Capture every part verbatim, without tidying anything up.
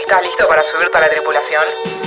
¿Estás listo para subirte a la tripulación?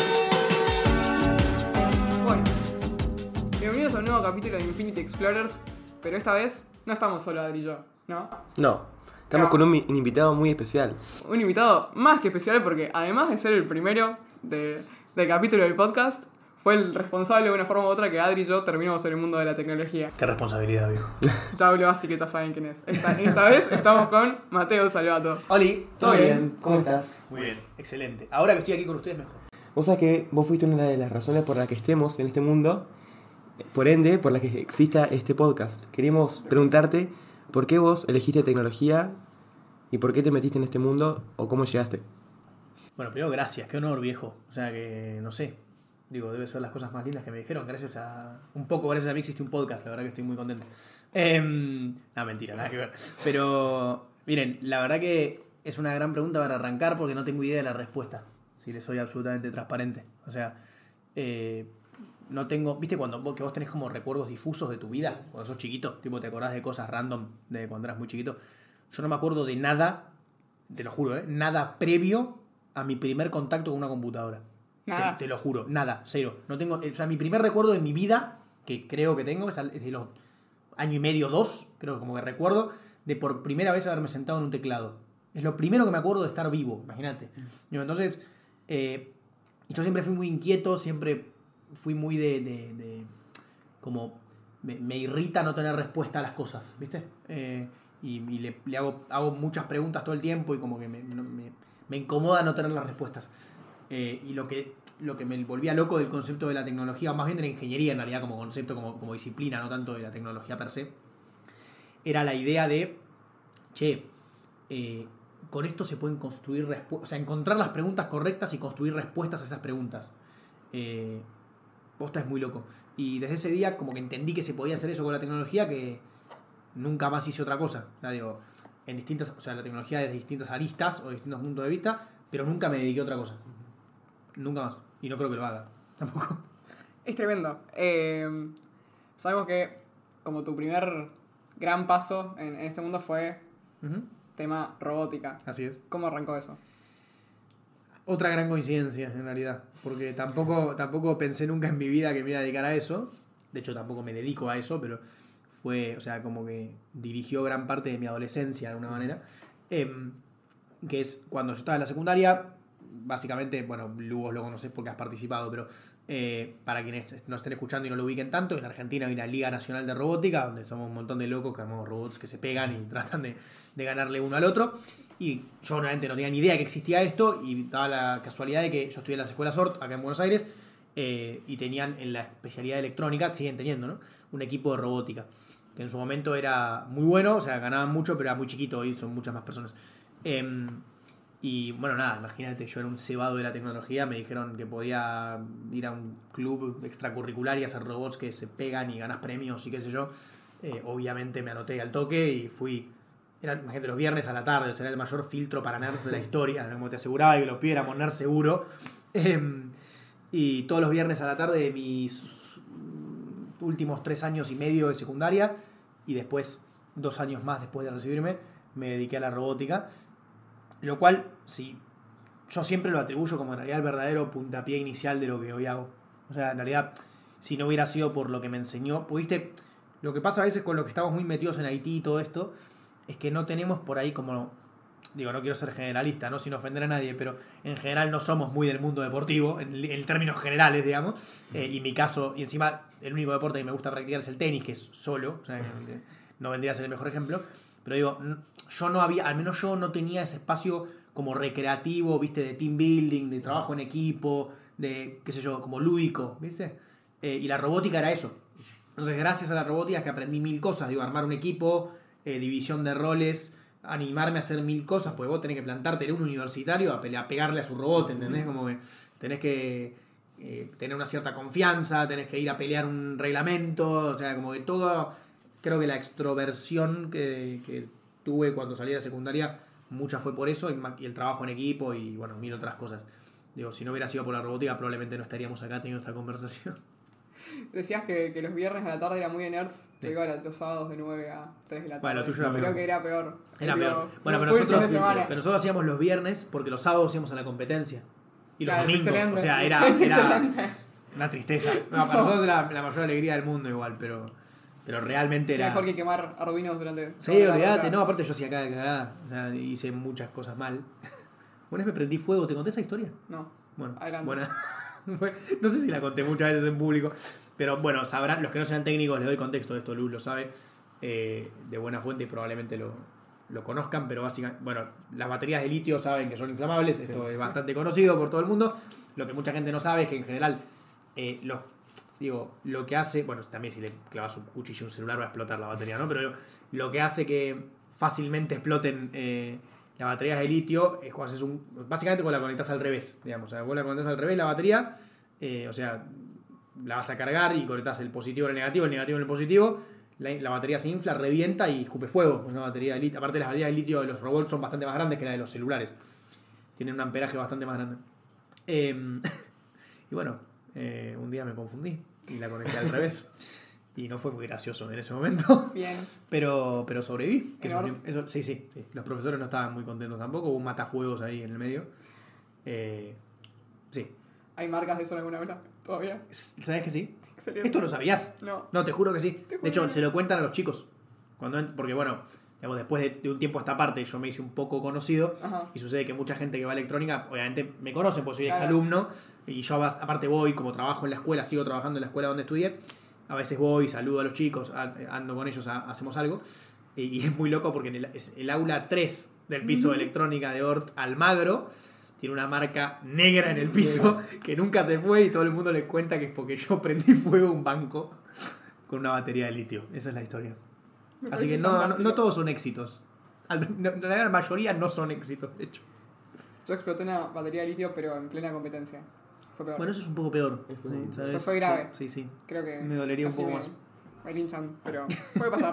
Bueno, bienvenidos a un nuevo capítulo de Infinity Explorers, pero esta vez no estamos solo Adri y yo, ¿no? No, estamos No. con un, un invitado muy especial. Un invitado más que especial porque además de ser el primero de, del capítulo del podcast, fue el responsable de una forma u otra que Adri y yo terminamos en el mundo de la tecnología. Qué responsabilidad, viejo. Ya habló así que ya saben quién es. Esta, esta vez estamos con Mateo Salvato. Oli, ¿Todo bien? ¿Cómo estás? Muy bien, excelente. Ahora que estoy aquí con ustedes, mejor. Vos sabés que vos fuiste una de las razones por las que estemos en este mundo, por ende, por la que exista este podcast. Queríamos preguntarte por qué vos elegiste tecnología y por qué te metiste en este mundo o cómo llegaste. Bueno, primero, gracias. Qué honor, viejo. O sea que, no sé. Digo, debe ser las cosas más lindas que me dijeron. Gracias a... Un poco gracias a mí existe un podcast. La verdad que estoy muy contento. Eh, no, mentira, nada que ver. Pero, miren, la verdad que es una gran pregunta para arrancar porque no tengo idea de la respuesta. Si les soy absolutamente transparente. O sea, eh, no tengo... ¿Viste cuando vos, que vos tenés como recuerdos difusos de tu vida? Cuando sos chiquito, tipo te acordás de cosas random de cuando eras muy chiquito. Yo no me acuerdo de nada, te lo juro, ¿eh? Nada previo a mi primer contacto con una computadora. Nada. Te, te lo juro, nada, cero. No tengo, o sea, mi primer recuerdo de mi vida, que creo que tengo, es, al, es de los año y medio, dos, creo como que recuerdo, de por primera vez haberme sentado en un teclado. Es lo primero que me acuerdo de estar vivo, imagínate. Yo, entonces, eh, yo siempre fui muy inquieto, siempre fui muy de... de, de como me, me irrita no tener respuesta a las cosas, ¿viste? Eh, y, y le, le hago, hago muchas preguntas todo el tiempo y como que me, no, me, me incomoda no tener las respuestas. Eh, y lo que, lo que me volvía loco del concepto de la tecnología, o más bien de la ingeniería en realidad como concepto, como, como disciplina, no tanto de la tecnología per se, era la idea de, che, eh, con esto se pueden construir respuestas, o sea, encontrar las preguntas correctas y construir respuestas a esas preguntas. Eh, posta es muy loco. Y desde ese día como que entendí que se podía hacer eso con la tecnología, que nunca más hice otra cosa. O sea, digo, en distintas, o sea, la tecnología desde distintas aristas o distintos puntos de vista, pero nunca me dediqué a otra cosa. Nunca más. Y no creo que lo haga. Tampoco. Es tremendo. Eh, sabemos que como tu primer gran paso en, en este mundo fue Uh-huh. tema robótica. Así es. ¿Cómo arrancó eso? Otra gran coincidencia, en realidad. Porque tampoco, tampoco pensé nunca en mi vida que me iba a dedicar a eso. De hecho, tampoco me dedico a eso, pero fue, o sea, como que dirigió gran parte de mi adolescencia, de alguna manera. Eh, que es cuando yo estaba en la secundaria. Básicamente, bueno, Lu, lo conoces porque has participado, pero eh, para quienes nos estén escuchando y no lo ubiquen tanto, en Argentina hay una Liga Nacional de Robótica, donde somos un montón de locos que armamos robots que se pegan y tratan de, de ganarle uno al otro. Y yo obviamente no tenía ni idea que existía esto, y daba la casualidad de que yo estudié en las escuelas O R T acá en Buenos Aires, eh, y tenían en la especialidad de electrónica, siguen teniendo, ¿no?, un equipo de robótica, que en su momento era muy bueno, o sea, ganaban mucho, pero era muy chiquito, hoy son muchas más personas. Eh, Y bueno, nada, imagínate, yo era un cebado de la tecnología, me dijeron que podía ir a un club extracurricular y hacer robots que se pegan y ganas premios y qué sé yo. Eh, obviamente me anoté al toque y fui, era, imagínate, los viernes a la tarde, o sea, era el mayor filtro para nerds de la historia, como te aseguraba que los pibes éramos nerds seguro. Eh, y todos los viernes a la tarde de mis últimos tres años y medio de secundaria, y después dos años más después de recibirme, me dediqué a la robótica. Lo cual, sí, yo siempre lo atribuyo como en realidad el verdadero puntapié inicial de lo que hoy hago. O sea, en realidad, si no hubiera sido por lo que me enseñó, pudiste, lo que pasa a veces con lo que estamos muy metidos en Haití y todo esto, es que no tenemos por ahí como, digo, no quiero ser generalista, ¿no?, sin ofender a nadie, pero en general no somos muy del mundo deportivo, en, en términos generales, digamos. Eh, y en mi caso, y encima el único deporte que me gusta practicar es el tenis, que es solo, o sea, no vendría a ser el mejor ejemplo. Pero digo, yo no había, al menos yo no tenía ese espacio como recreativo, ¿viste? De team building, de trabajo en equipo, de, qué sé yo, como lúdico, ¿viste? Eh, y la robótica era eso. Entonces, gracias a la robótica es que aprendí mil cosas. Digo, armar un equipo, eh, división de roles, animarme a hacer mil cosas, porque vos tenés que plantarte en un universitario a, a pegarle a su robot, ¿entendés? Como que tenés que eh, tener una cierta confianza, tenés que ir a pelear un reglamento, o sea, como que todo... Creo que la extroversión que, que tuve cuando salí de la secundaria, mucha fue por eso, y el trabajo en equipo y, bueno, mil otras cosas. Digo, si no hubiera sido por la robótica, probablemente no estaríamos acá teniendo esta conversación. Decías que, que los viernes a la tarde era muy de nerds. Yo iba a los sábados de nueve a tres de la tarde. Bueno, lo tuyo era Creo peor. que era peor. Era Tipo, peor. Bueno, pero fue el fin nosotros, de semana. pero nosotros hacíamos los viernes porque los sábados íbamos a la competencia. Y los Claro, es domingos, excelente. o sea, era, Es era excelente. una tristeza. No, para nosotros era la mayor alegría del mundo igual, pero, pero realmente Era era... mejor que quemar arduinos durante. Sí, toda la olvídate, tarde. no, aparte yo hacía cada cagada, o sea, hice muchas cosas mal. Una vez me prendí fuego, ¿te conté esa historia? No. Bueno, Adelante. buena. Bueno, no sé si la conté muchas veces en público, pero bueno, sabrán, los que no sean técnicos les doy contexto de esto, Luz lo sabe, eh, de buena fuente y probablemente lo, lo conozcan, pero básicamente, bueno, las baterías de litio saben que son inflamables, Sí. esto es bastante conocido por todo el mundo. Lo que mucha gente no sabe es que en general, eh, los, digo, lo que hace, bueno, también si le clavas un cuchillo a un celular va a explotar la batería, ¿no? Pero lo que hace que fácilmente exploten eh, las baterías de litio es cuando haces un, básicamente cuando la conectas al revés, digamos, o sea, vos la conectas al revés la batería, eh, o sea, la vas a cargar y conectas el positivo en el negativo, el negativo en el positivo, la, la batería se infla, revienta y escupe fuego. Una batería de litio, aparte las baterías de litio de los robots son bastante más grandes que las de los celulares, tienen un amperaje bastante más grande. Eh, y bueno, eh, un día me confundí y la conecté al revés y no fue muy gracioso en ese momento. Bien. Pero, pero sobreviví. Que ¿En eso- Ort? eso- sí, sí, sí. Los profesores no estaban muy contentos tampoco. Hubo un matafuegos ahí en el medio. Eh, sí. ¿Hay marcas de eso en alguna aula? ¿Todavía? ¿Sabes que sí? Excelente. ¿Esto lo sabías? No. No, te juro que sí. Te De hecho, juro. se lo cuentan a los chicos. Cuando, ent- porque bueno, digamos, después de, de un tiempo a esta parte yo me hice un poco conocido. Ajá. Y sucede que mucha gente que va a electrónica, obviamente me conoce porque soy Claro. exalumno. Y yo bast- aparte voy, como trabajo en la escuela, sigo trabajando en la escuela donde estudié. A veces voy, saludo a los chicos, a- ando con ellos, a- hacemos algo. Y, y es muy loco porque en el, es el aula tres del piso de electrónica de Ort Almagro tiene una marca negra en el piso que nunca se fue y todo el mundo le cuenta que es porque yo prendí fuego a un banco con una batería de litio. Esa es la historia. Me Así parece que no, no, fantástico. no todos son éxitos. Al- no- La gran mayoría no son éxitos, de hecho. Yo exploté una batería de litio, pero en plena competencia. Fue peor. Bueno, eso es un poco peor. Eso sí, es- ¿sabes? Fue- fue grave. Sí, sí. Creo que. Me dolería un casi poco me- más. Me linchan, pero puede pasar.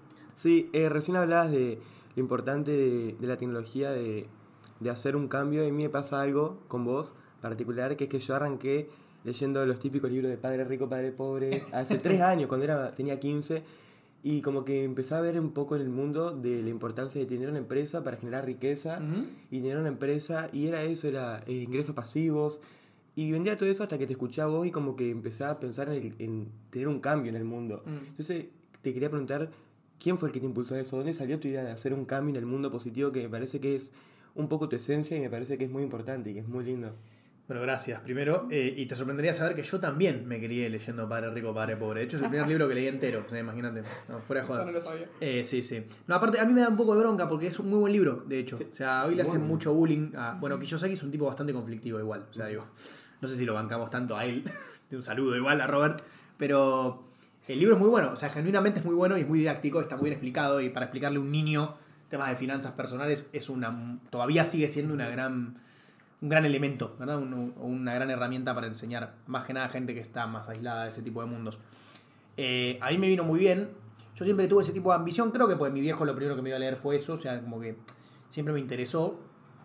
Sí, eh, recién hablabas de lo importante de, de la tecnología, de, de hacer un cambio. Y a mí me pasa algo con vos particular, que es que yo arranqué leyendo los típicos libros de Padre Rico, Padre Pobre, hace tres años, cuando era, tenía quince, y como que empecé a ver un poco en el mundo de la importancia de tener una empresa para generar riqueza, Ujú. y tener una empresa, y era eso, era eh, ingresos pasivos, y vendía todo eso hasta que te escuché a vos y como que empecé a pensar en, el- en tener un cambio en el mundo. Mm. Entonces te quería preguntar, ¿quién fue el que te impulsó a eso? ¿Dónde salió tu idea de hacer un cambio en el mundo positivo que me parece que es un poco tu esencia y me parece que es muy importante y que es muy lindo? Bueno, gracias. Primero, eh, y te sorprendería saber que yo también me crié leyendo Padre Rico, Padre Pobre. De hecho, es el primer libro que leí entero, o sea, imagínate. No, fuera de Esto joda. no lo sabía. Eh, sí, sí. No, aparte, a mí me da un poco de bronca porque es un muy buen libro, de hecho. O sea, hoy le hacen Bueno. mucho bullying a... Bueno, Kiyosaki es un tipo bastante conflictivo igual. O sea, digo, no sé si lo bancamos tanto a él. De un saludo igual a Robert. Pero el libro es muy bueno. O sea, genuinamente es muy bueno y es muy didáctico, está muy bien explicado. Y para explicarle a un niño temas de finanzas personales es una... Todavía sigue siendo una gran... un gran elemento, ¿verdad? Un- una gran herramienta para enseñar más que nada a gente que está más aislada de ese tipo de mundos. Eh, a mí me vino muy bien. Yo siempre tuve ese tipo de ambición. Creo que pues mi viejo lo primero que me iba a leer fue eso. O sea, como que siempre me interesó.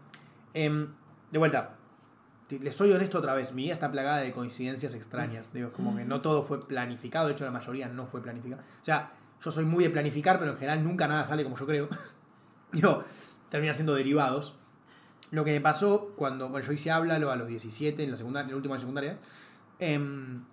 Em, de vuelta, te- les soy honesto otra vez. Mi vida está plagada de coincidencias extrañas. Digo, es como que no todo fue planificado. De hecho, la mayoría no fue planificado. O sea, yo soy muy de planificar, pero en general nunca nada sale como yo creo. Digo, termina siendo derivados. Lo que me pasó cuando, bueno, yo hice Háblalo a los diecisiete, en la secundaria, en el último de secundaria, em,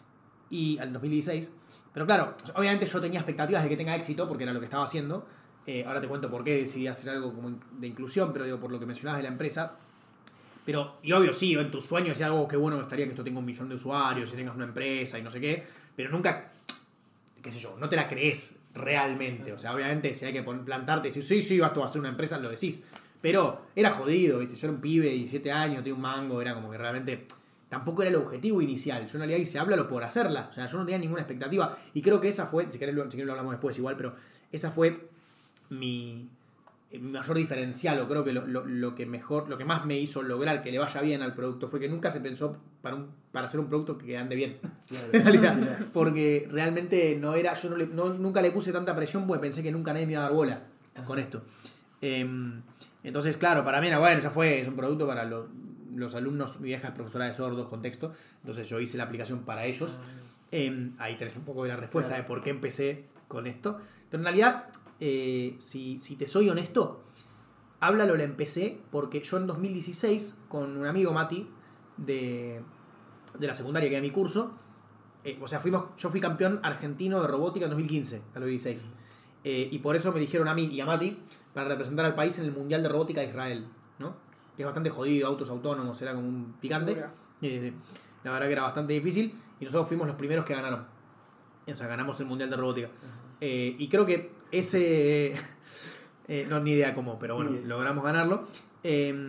y al dos mil dieciséis. Pero claro, obviamente yo tenía expectativas de que tenga éxito, porque era lo que estaba haciendo. Eh, ahora te cuento por qué decidí hacer algo como in- de inclusión, pero digo, por lo que mencionabas de la empresa. Pero, y obvio, sí, en tus sueños decía algo que bueno, me estaría que esto tenga un millón de usuarios, y tengas una empresa y no sé qué, pero nunca, qué sé yo, no te la crees realmente. O sea, obviamente si hay que pon- plantarte y decir, sí, sí, esto va a ser una empresa, lo decís. Pero era jodido, ¿viste? Yo era un pibe de diecisiete años, tenía un mango, era como que realmente tampoco era el objetivo inicial. Yo en realidad hice Háblalo por hacerla. O sea, yo no tenía ninguna expectativa. Y creo que esa fue, si querés lo, si querés lo hablamos después igual, pero esa fue mi, mi mayor diferencial, o creo que lo, lo, lo que mejor, lo que más me hizo lograr que le vaya bien al producto fue que nunca se pensó para, un, para hacer un producto que ande bien. En realidad. Porque realmente no era, yo no le, no, nunca le puse tanta presión porque pensé que nunca nadie me iba a dar bola con esto. Eh, entonces, claro, para mí era bueno, ya fue, es un producto para los, los alumnos, mi vieja es profesora de sordos, contexto, entonces yo hice la aplicación para ellos. Eh, ahí tenés un poco de la respuesta Claro. de por qué empecé con esto. Pero en realidad, eh, si, si te soy honesto, háblalo la empecé porque yo en dos mil dieciséis, con un amigo Mati, de, de la secundaria que era mi curso, eh, o sea, fuimos, yo fui campeón argentino de robótica en dos mil quince, a los dieciséis. Eh, y por eso me eligieron a mí y a Mati para representar al país en el Mundial de Robótica de Israel, ¿no? Que es bastante jodido, autos autónomos, era como un picante. Dura. Eh, la verdad que era bastante difícil y nosotros fuimos los primeros que ganaron. O sea, ganamos el Mundial de Robótica. Eh, y creo que ese... eh, no, ni idea cómo, pero bueno, Ni idea. logramos ganarlo. Eh,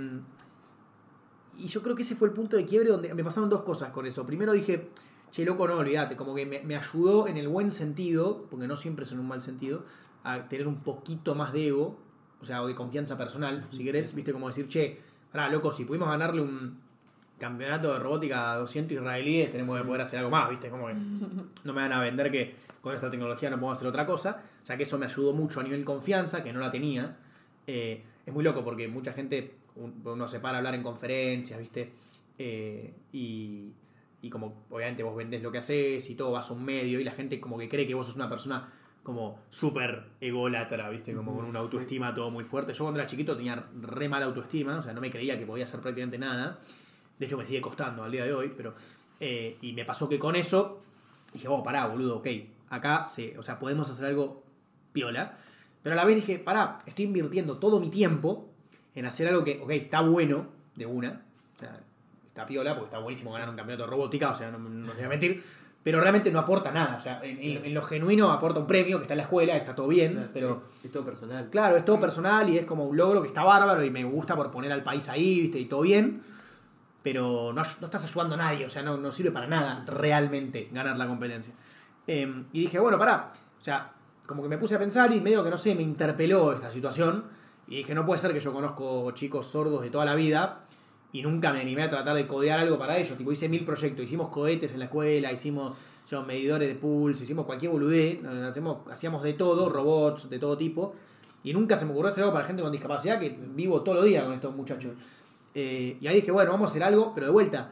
y yo creo que ese fue el punto de quiebre donde me pasaron dos cosas con eso. Primero dije, che, loco, no, olvídate, como que me, me ayudó en el buen sentido, porque no siempre es en un mal sentido, a tener un poquito más de ego, o sea, o de confianza personal, si querés, viste, como decir, che, pará, loco, si pudimos ganarle un campeonato de robótica a doscientos israelíes, tenemos que poder hacer algo más, viste, como que no me van a vender que con esta tecnología no puedo hacer otra cosa, o sea que eso me ayudó mucho a nivel confianza, que no la tenía. Eh, es muy loco porque mucha gente, uno se para a hablar en conferencias, viste, eh, y, y como obviamente vos vendés lo que haces y todo, vas a un medio y la gente como que cree que vos sos una persona como súper ególatra, viste, como con una autoestima todo muy fuerte. Yo cuando era chiquito tenía re mala autoestima, o sea, no me creía que podía hacer prácticamente nada. De hecho, me sigue costando al día de hoy, pero... Eh, y me pasó que con eso dije, oh, pará, boludo, ok, acá se, o sea, podemos hacer algo piola. Pero a la vez dije, pará, estoy invirtiendo todo mi tiempo en hacer algo que, ok, está bueno, de una. O sea, está piola, porque está buenísimo ganar un campeonato de robótica, o sea, no, no te voy a mentir. Pero realmente no aporta nada. O sea, en, en, en lo genuino aporta un premio que está en la escuela, está todo bien, Claro, pero... Es, es todo personal. Claro, es todo personal y es como un logro que está bárbaro y me gusta por poner al país ahí, viste, y todo bien. Pero no, no estás ayudando a nadie, o sea, no, no sirve para nada realmente ganar la competencia. Eh, y dije, bueno, pará, o sea, como que me puse a pensar y medio que no sé, me interpeló esta situación. Y dije, no puede ser que yo conozco chicos sordos de toda la vida y nunca me animé a tratar de codear algo para ellos. Tipo, hice mil proyectos, hicimos cohetes en la escuela, hicimos yo, medidores de pulso, hicimos cualquier boludez, hacemos, hacíamos de todo, robots de todo tipo. Y nunca se me ocurrió hacer algo para gente con discapacidad, que vivo todos los días con estos muchachos. Eh, y ahí dije, bueno, vamos a hacer algo, pero de vuelta,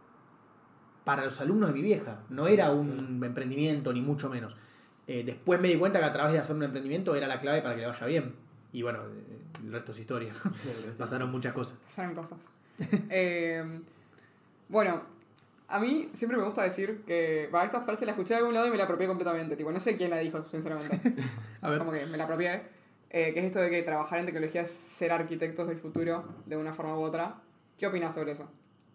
para los alumnos de mi vieja. No era un emprendimiento, ni mucho menos. Eh, después me di cuenta que a través de hacer un emprendimiento era la clave para que le vaya bien. Y bueno, eh, el resto es historia. Pasaron muchas cosas. Pasaron cosas. eh, bueno, a mí siempre me gusta decir que... Va, esta frase la escuché de algún lado y me la apropié completamente. Tipo, no sé quién la dijo, sinceramente. A ver. Como que me la apropié. Eh, que es esto de que trabajar en tecnología es ser arquitectos del futuro, de una forma u otra. ¿Qué opinas sobre eso?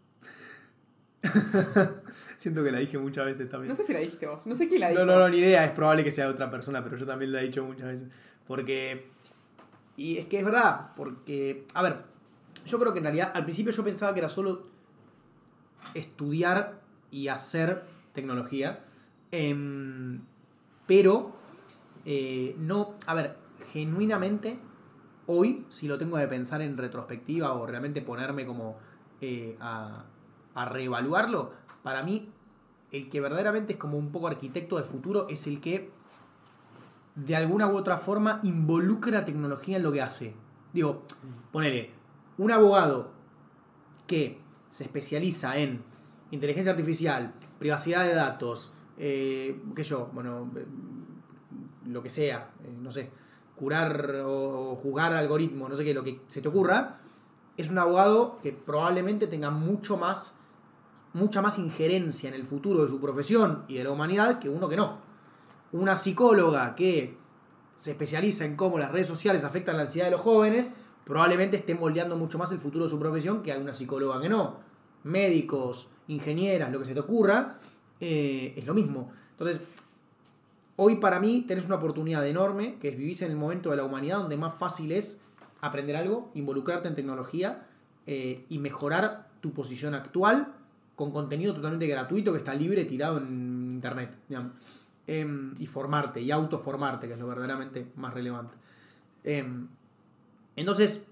Siento que la dije muchas veces también. No sé si la dijiste vos. No sé quién la dijo. No, no, no, ni idea. Es probable que sea de otra persona, pero yo también la he dicho muchas veces. Porque... Y es que es verdad, porque... A ver, yo creo que en realidad al principio yo pensaba que era solo estudiar y hacer tecnología. Eh, pero... Eh, no... A ver, genuinamente... Hoy, si lo tengo de pensar en retrospectiva o realmente ponerme como eh, a, a reevaluarlo, para mí el que verdaderamente es como un poco arquitecto del futuro es el que de alguna u otra forma involucra tecnología en lo que hace. Digo, ponele, un abogado que se especializa en inteligencia artificial, privacidad de datos, eh, qué sé yo, bueno, eh, lo que sea, eh, no sé, curar o jugar algoritmos, no sé qué, lo que se te ocurra, es un abogado que probablemente tenga mucho más, mucha más injerencia en el futuro de su profesión y de la humanidad que uno que no. Una psicóloga que se especializa en cómo las redes sociales afectan la ansiedad de los jóvenes, probablemente esté moldeando mucho más el futuro de su profesión que una psicóloga que no. Médicos, ingenieras, lo que se te ocurra, eh, es lo mismo. Entonces, hoy para mí tenés una oportunidad enorme, que es vivir en el momento de la humanidad donde más fácil es aprender algo, involucrarte en tecnología eh, y mejorar tu posición actual con contenido totalmente gratuito que está libre, tirado en internet, digamos. Eh, y formarte, y autoformarte, que es lo verdaderamente más relevante. Eh, entonces,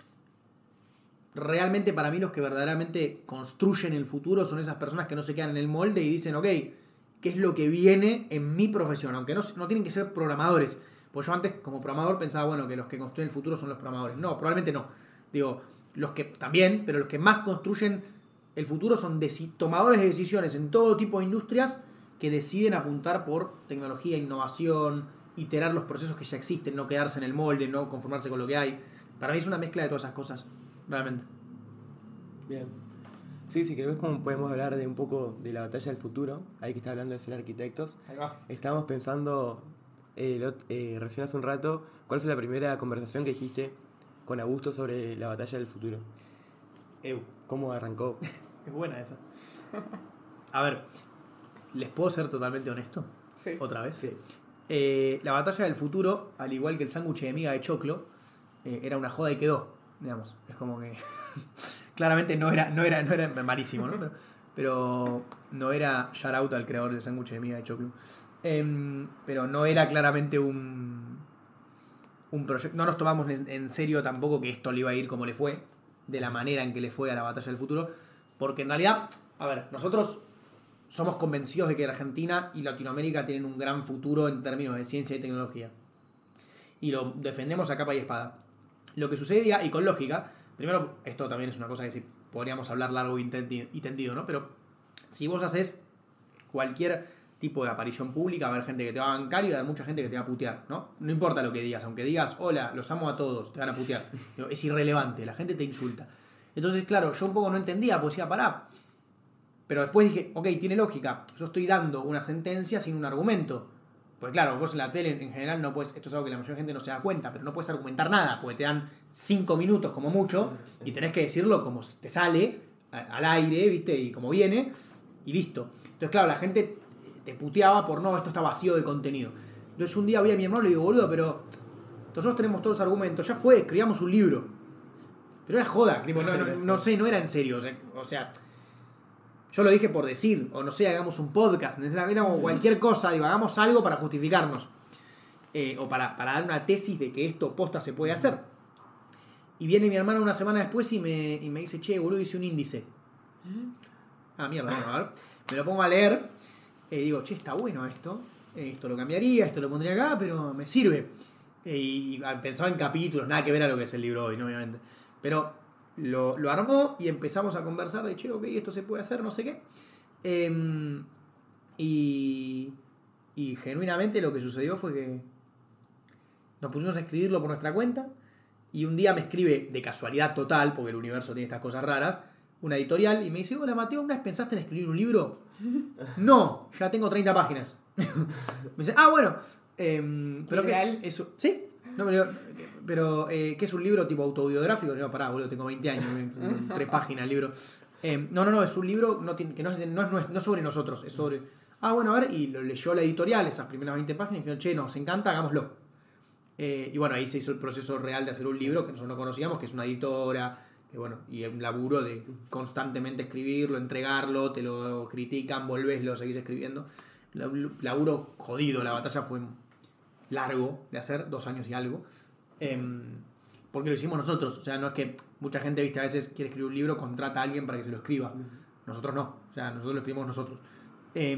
realmente para mí los que verdaderamente construyen el futuro son esas personas que no se quedan en el molde y dicen, ok, ¿qué es lo que viene en mi profesión? Aunque no, no tienen que ser programadores. Pues yo antes, como programador, pensaba, bueno, que los que construyen el futuro son los programadores. No, probablemente no. Digo, los que también, pero los que más construyen el futuro son tomadores de decisiones en todo tipo de industrias que deciden apuntar por tecnología, innovación, iterar los procesos que ya existen, no quedarse en el molde, no conformarse con lo que hay. Para mí es una mezcla de todas esas cosas, realmente. Bien. Sí, sí, creo que es como podemos hablar de un poco de la batalla del futuro, ahí que está hablando de ser arquitectos. Ahí va. Estábamos pensando, eh, lo- eh, recién hace un rato, ¿cuál fue la primera conversación que dijiste con Augusto sobre la batalla del futuro? Eu. ¿Cómo arrancó? Es buena esa. A ver, ¿les puedo ser totalmente honesto? Sí. ¿Otra vez? Sí. Eh, la batalla del futuro, al igual que el sándwich de miga de choclo, eh, era una joda y quedó, digamos. Es como que... claramente no era, no era, no era malísimo, ¿no? Pero, pero no era shout out al creador del sándwich de miga de choclo. Em, pero no era claramente un... un proyecto... No nos tomamos en en serio tampoco que esto le iba a ir como le fue, de la manera en que le fue a la batalla del futuro, porque en realidad, a ver, nosotros somos convencidos de que Argentina y Latinoamérica tienen un gran futuro en términos de ciencia y tecnología. Y lo defendemos a capa y espada. Lo que sucedía, y con lógica, primero, esto también es una cosa que sí podríamos hablar largo y tendi- y tendido, ¿no? Pero si vos haces cualquier tipo de aparición pública, va a haber gente que te va a bancar y va a haber mucha gente que te va a putear, ¿no? No importa lo que digas, aunque digas, hola, los amo a todos, te van a putear. Digo, es irrelevante, la gente te insulta. Entonces, claro, yo un poco no entendía, pues decía, pará. Pero después dije, ok, tiene lógica, yo estoy dando una sentencia sin un argumento. Pues claro, vos en la tele en general no puedes, esto es algo que la mayoría de gente no se da cuenta, pero no puedes argumentar nada, porque te dan cinco minutos como mucho y tenés que decirlo como te sale, a- al aire, ¿viste? Y como viene, y listo. Entonces, claro, la gente te puteaba por no, esto está vacío de contenido. Entonces un día vi a mi hermano y le digo, boludo, pero nosotros tenemos todos los argumentos, ya fue, escribamos un libro. Pero era joda, tipo, no, no, no sé, no era en serio, o sea, o sea, yo lo dije por decir, o no sé, hagamos un podcast, era como cualquier cosa, digo, hagamos algo para justificarnos, eh, o para, para dar una tesis de que esto posta se puede hacer. Y viene mi hermano una semana después y me, y me dice, che, boludo, hice un índice. Ah, mierda, bueno, a ver. Me lo pongo a leer, y digo, che, está bueno esto, eh, esto lo cambiaría, esto lo pondría acá, pero me sirve. Eh, y pensaba en capítulos, nada que ver a lo que es el libro hoy, ¿no? Obviamente. Pero lo, lo armó y empezamos a conversar de, che, ok, esto se puede hacer, no sé qué. Eh, y, y genuinamente lo que sucedió fue que nos pusimos a escribirlo por nuestra cuenta y un día me escribe, de casualidad total, porque el universo tiene estas cosas raras, una editorial y me dice, hola Mateo, ¿una vez pensaste en escribir un libro? No, ya tengo treinta páginas. Me dice, ah, bueno. Eh, pero ¿Real? que eso, ¿sí? No, pero, pero eh, ¿qué es un libro tipo autobiográfico? No, pará, boludo, tengo veinte años, tres páginas el libro. Eh, no, no, no, es un libro no tiene, que no es, de- no, es, no es- no es sobre nosotros, es sobre... Ah, bueno, a ver, y lo leyó la editorial, esas primeras veinte páginas, y dijeron, che, nos encanta, hagámoslo. Eh, y bueno, ahí se hizo el proceso real de hacer un libro que nosotros no conocíamos, que es una editora, que bueno, y un laburo de constantemente escribirlo, entregarlo, te lo critican, volvés, lo seguís escribiendo. Laburo jodido, la batalla fue largo de hacer, dos años y algo, eh, porque lo hicimos nosotros. O sea, no es que mucha gente, viste, a veces quiere escribir un libro, contrata a alguien para que se lo escriba. Nosotros no, o sea, nosotros lo escribimos nosotros. Eh,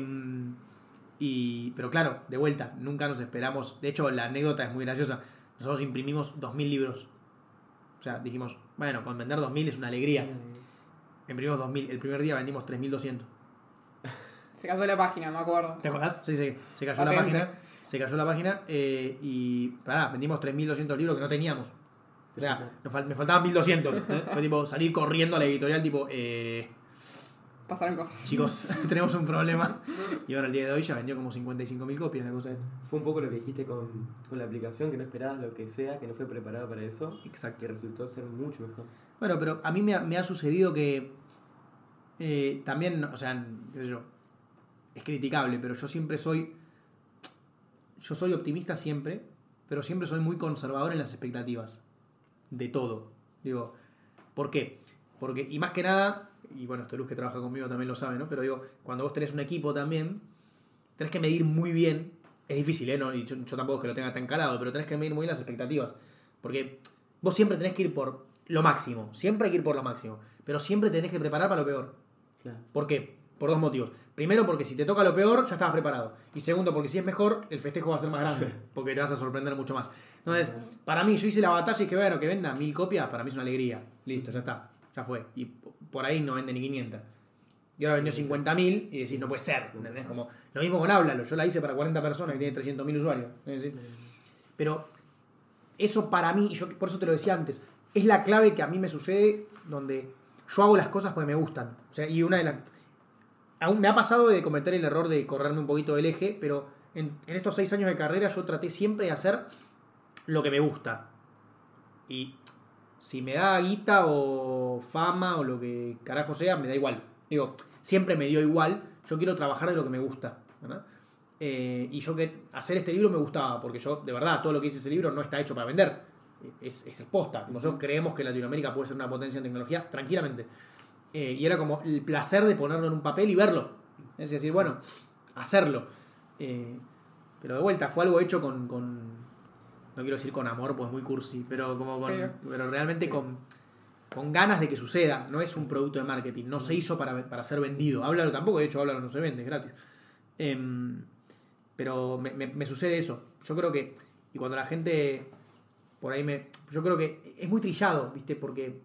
y, pero claro, de vuelta, nunca nos esperamos. De hecho, la anécdota es muy graciosa. Nosotros imprimimos dos mil libros. O sea, dijimos, bueno, con vender dos mil es una alegría. Imprimimos dos mil, el primer día vendimos tres mil doscientos. Se cayó la página, me acuerdo. ¿Te acordás? Sí, sí, se cayó Patente. la página. Se cayó la página eh, y pará, vendimos tres mil doscientos libros que no teníamos. O sea, nos fal- me faltaban mil doscientos. ¿eh? Fue tipo salir corriendo a la editorial, tipo, eh, Pasaron cosas. chicos, tenemos un problema. Y ahora el día de hoy ya vendió como cincuenta y cinco mil copias la cosa esta. Fue un poco lo que dijiste con, con la aplicación, que no esperabas lo que sea, que no fue preparado para eso, Exacto. que resultó ser mucho mejor. Bueno, pero a mí me ha, me ha sucedido que eh, también, o sea, qué sé yo, es criticable, pero yo siempre soy, yo soy optimista siempre, pero siempre soy muy conservador en las expectativas de todo. Digo, ¿por qué? Porque, y más que nada, y bueno, este Luz que trabaja conmigo también lo sabe, ¿no? Pero digo, cuando vos tenés un equipo también, tenés que medir muy bien, es difícil, ¿eh? No, y yo, yo tampoco es que lo tenga tan calado, pero tenés que medir muy bien las expectativas. Porque vos siempre tenés que ir por lo máximo, siempre hay que ir por lo máximo, pero siempre tenés que preparar para lo peor. Claro. ¿Por qué? Por dos motivos. Primero, porque si te toca lo peor, ya estabas preparado. Y segundo, porque si es mejor, el festejo va a ser más grande, porque te vas a sorprender mucho más. Entonces, para mí, yo hice la batalla y que bueno, que venda mil copias, para mí es una alegría. Listo, ya está, ya fue. Y por ahí no vende ni quinientas. Y ahora vendió cincuenta mil y decís, no puede ser, ¿entendés? Como, lo mismo con Háblalo, yo la hice para cuarenta personas y tiene trescientos mil usuarios. Es decir, pero eso para mí, y yo por eso te lo decía antes, es la clave que a mí me sucede donde yo hago las cosas porque me gustan. O sea, y una de las... Aún me ha pasado de cometer el error de correrme un poquito del eje, pero en, en estos seis años de carrera yo traté siempre de hacer lo que me gusta. Y si me da guita o fama o lo que carajo sea, me da igual. Digo, siempre me dio igual. Yo quiero trabajar de lo que me gusta, ¿verdad? Eh, y yo que hacer este libro me gustaba, porque yo, de verdad, todo lo que hice ese libro no está hecho para vender. Es, es posta. Nosotros creemos que Latinoamérica puede ser una potencia en tecnología tranquilamente. Eh, y era como el placer de ponerlo en un papel y verlo. Es decir, bueno, hacerlo. Eh, pero de vuelta, fue algo hecho con, con... No quiero decir con amor, pues muy cursi, pero como con... Pero, pero realmente con, con ganas de que suceda. No es un producto de marketing. No se hizo para, para ser vendido. Háblalo tampoco, de hecho, Háblalo no se vende, es gratis. Eh, pero me, me, me sucede eso. Yo creo que... Y cuando la gente... Por ahí me... Yo creo que es muy trillado, ¿viste? Porque...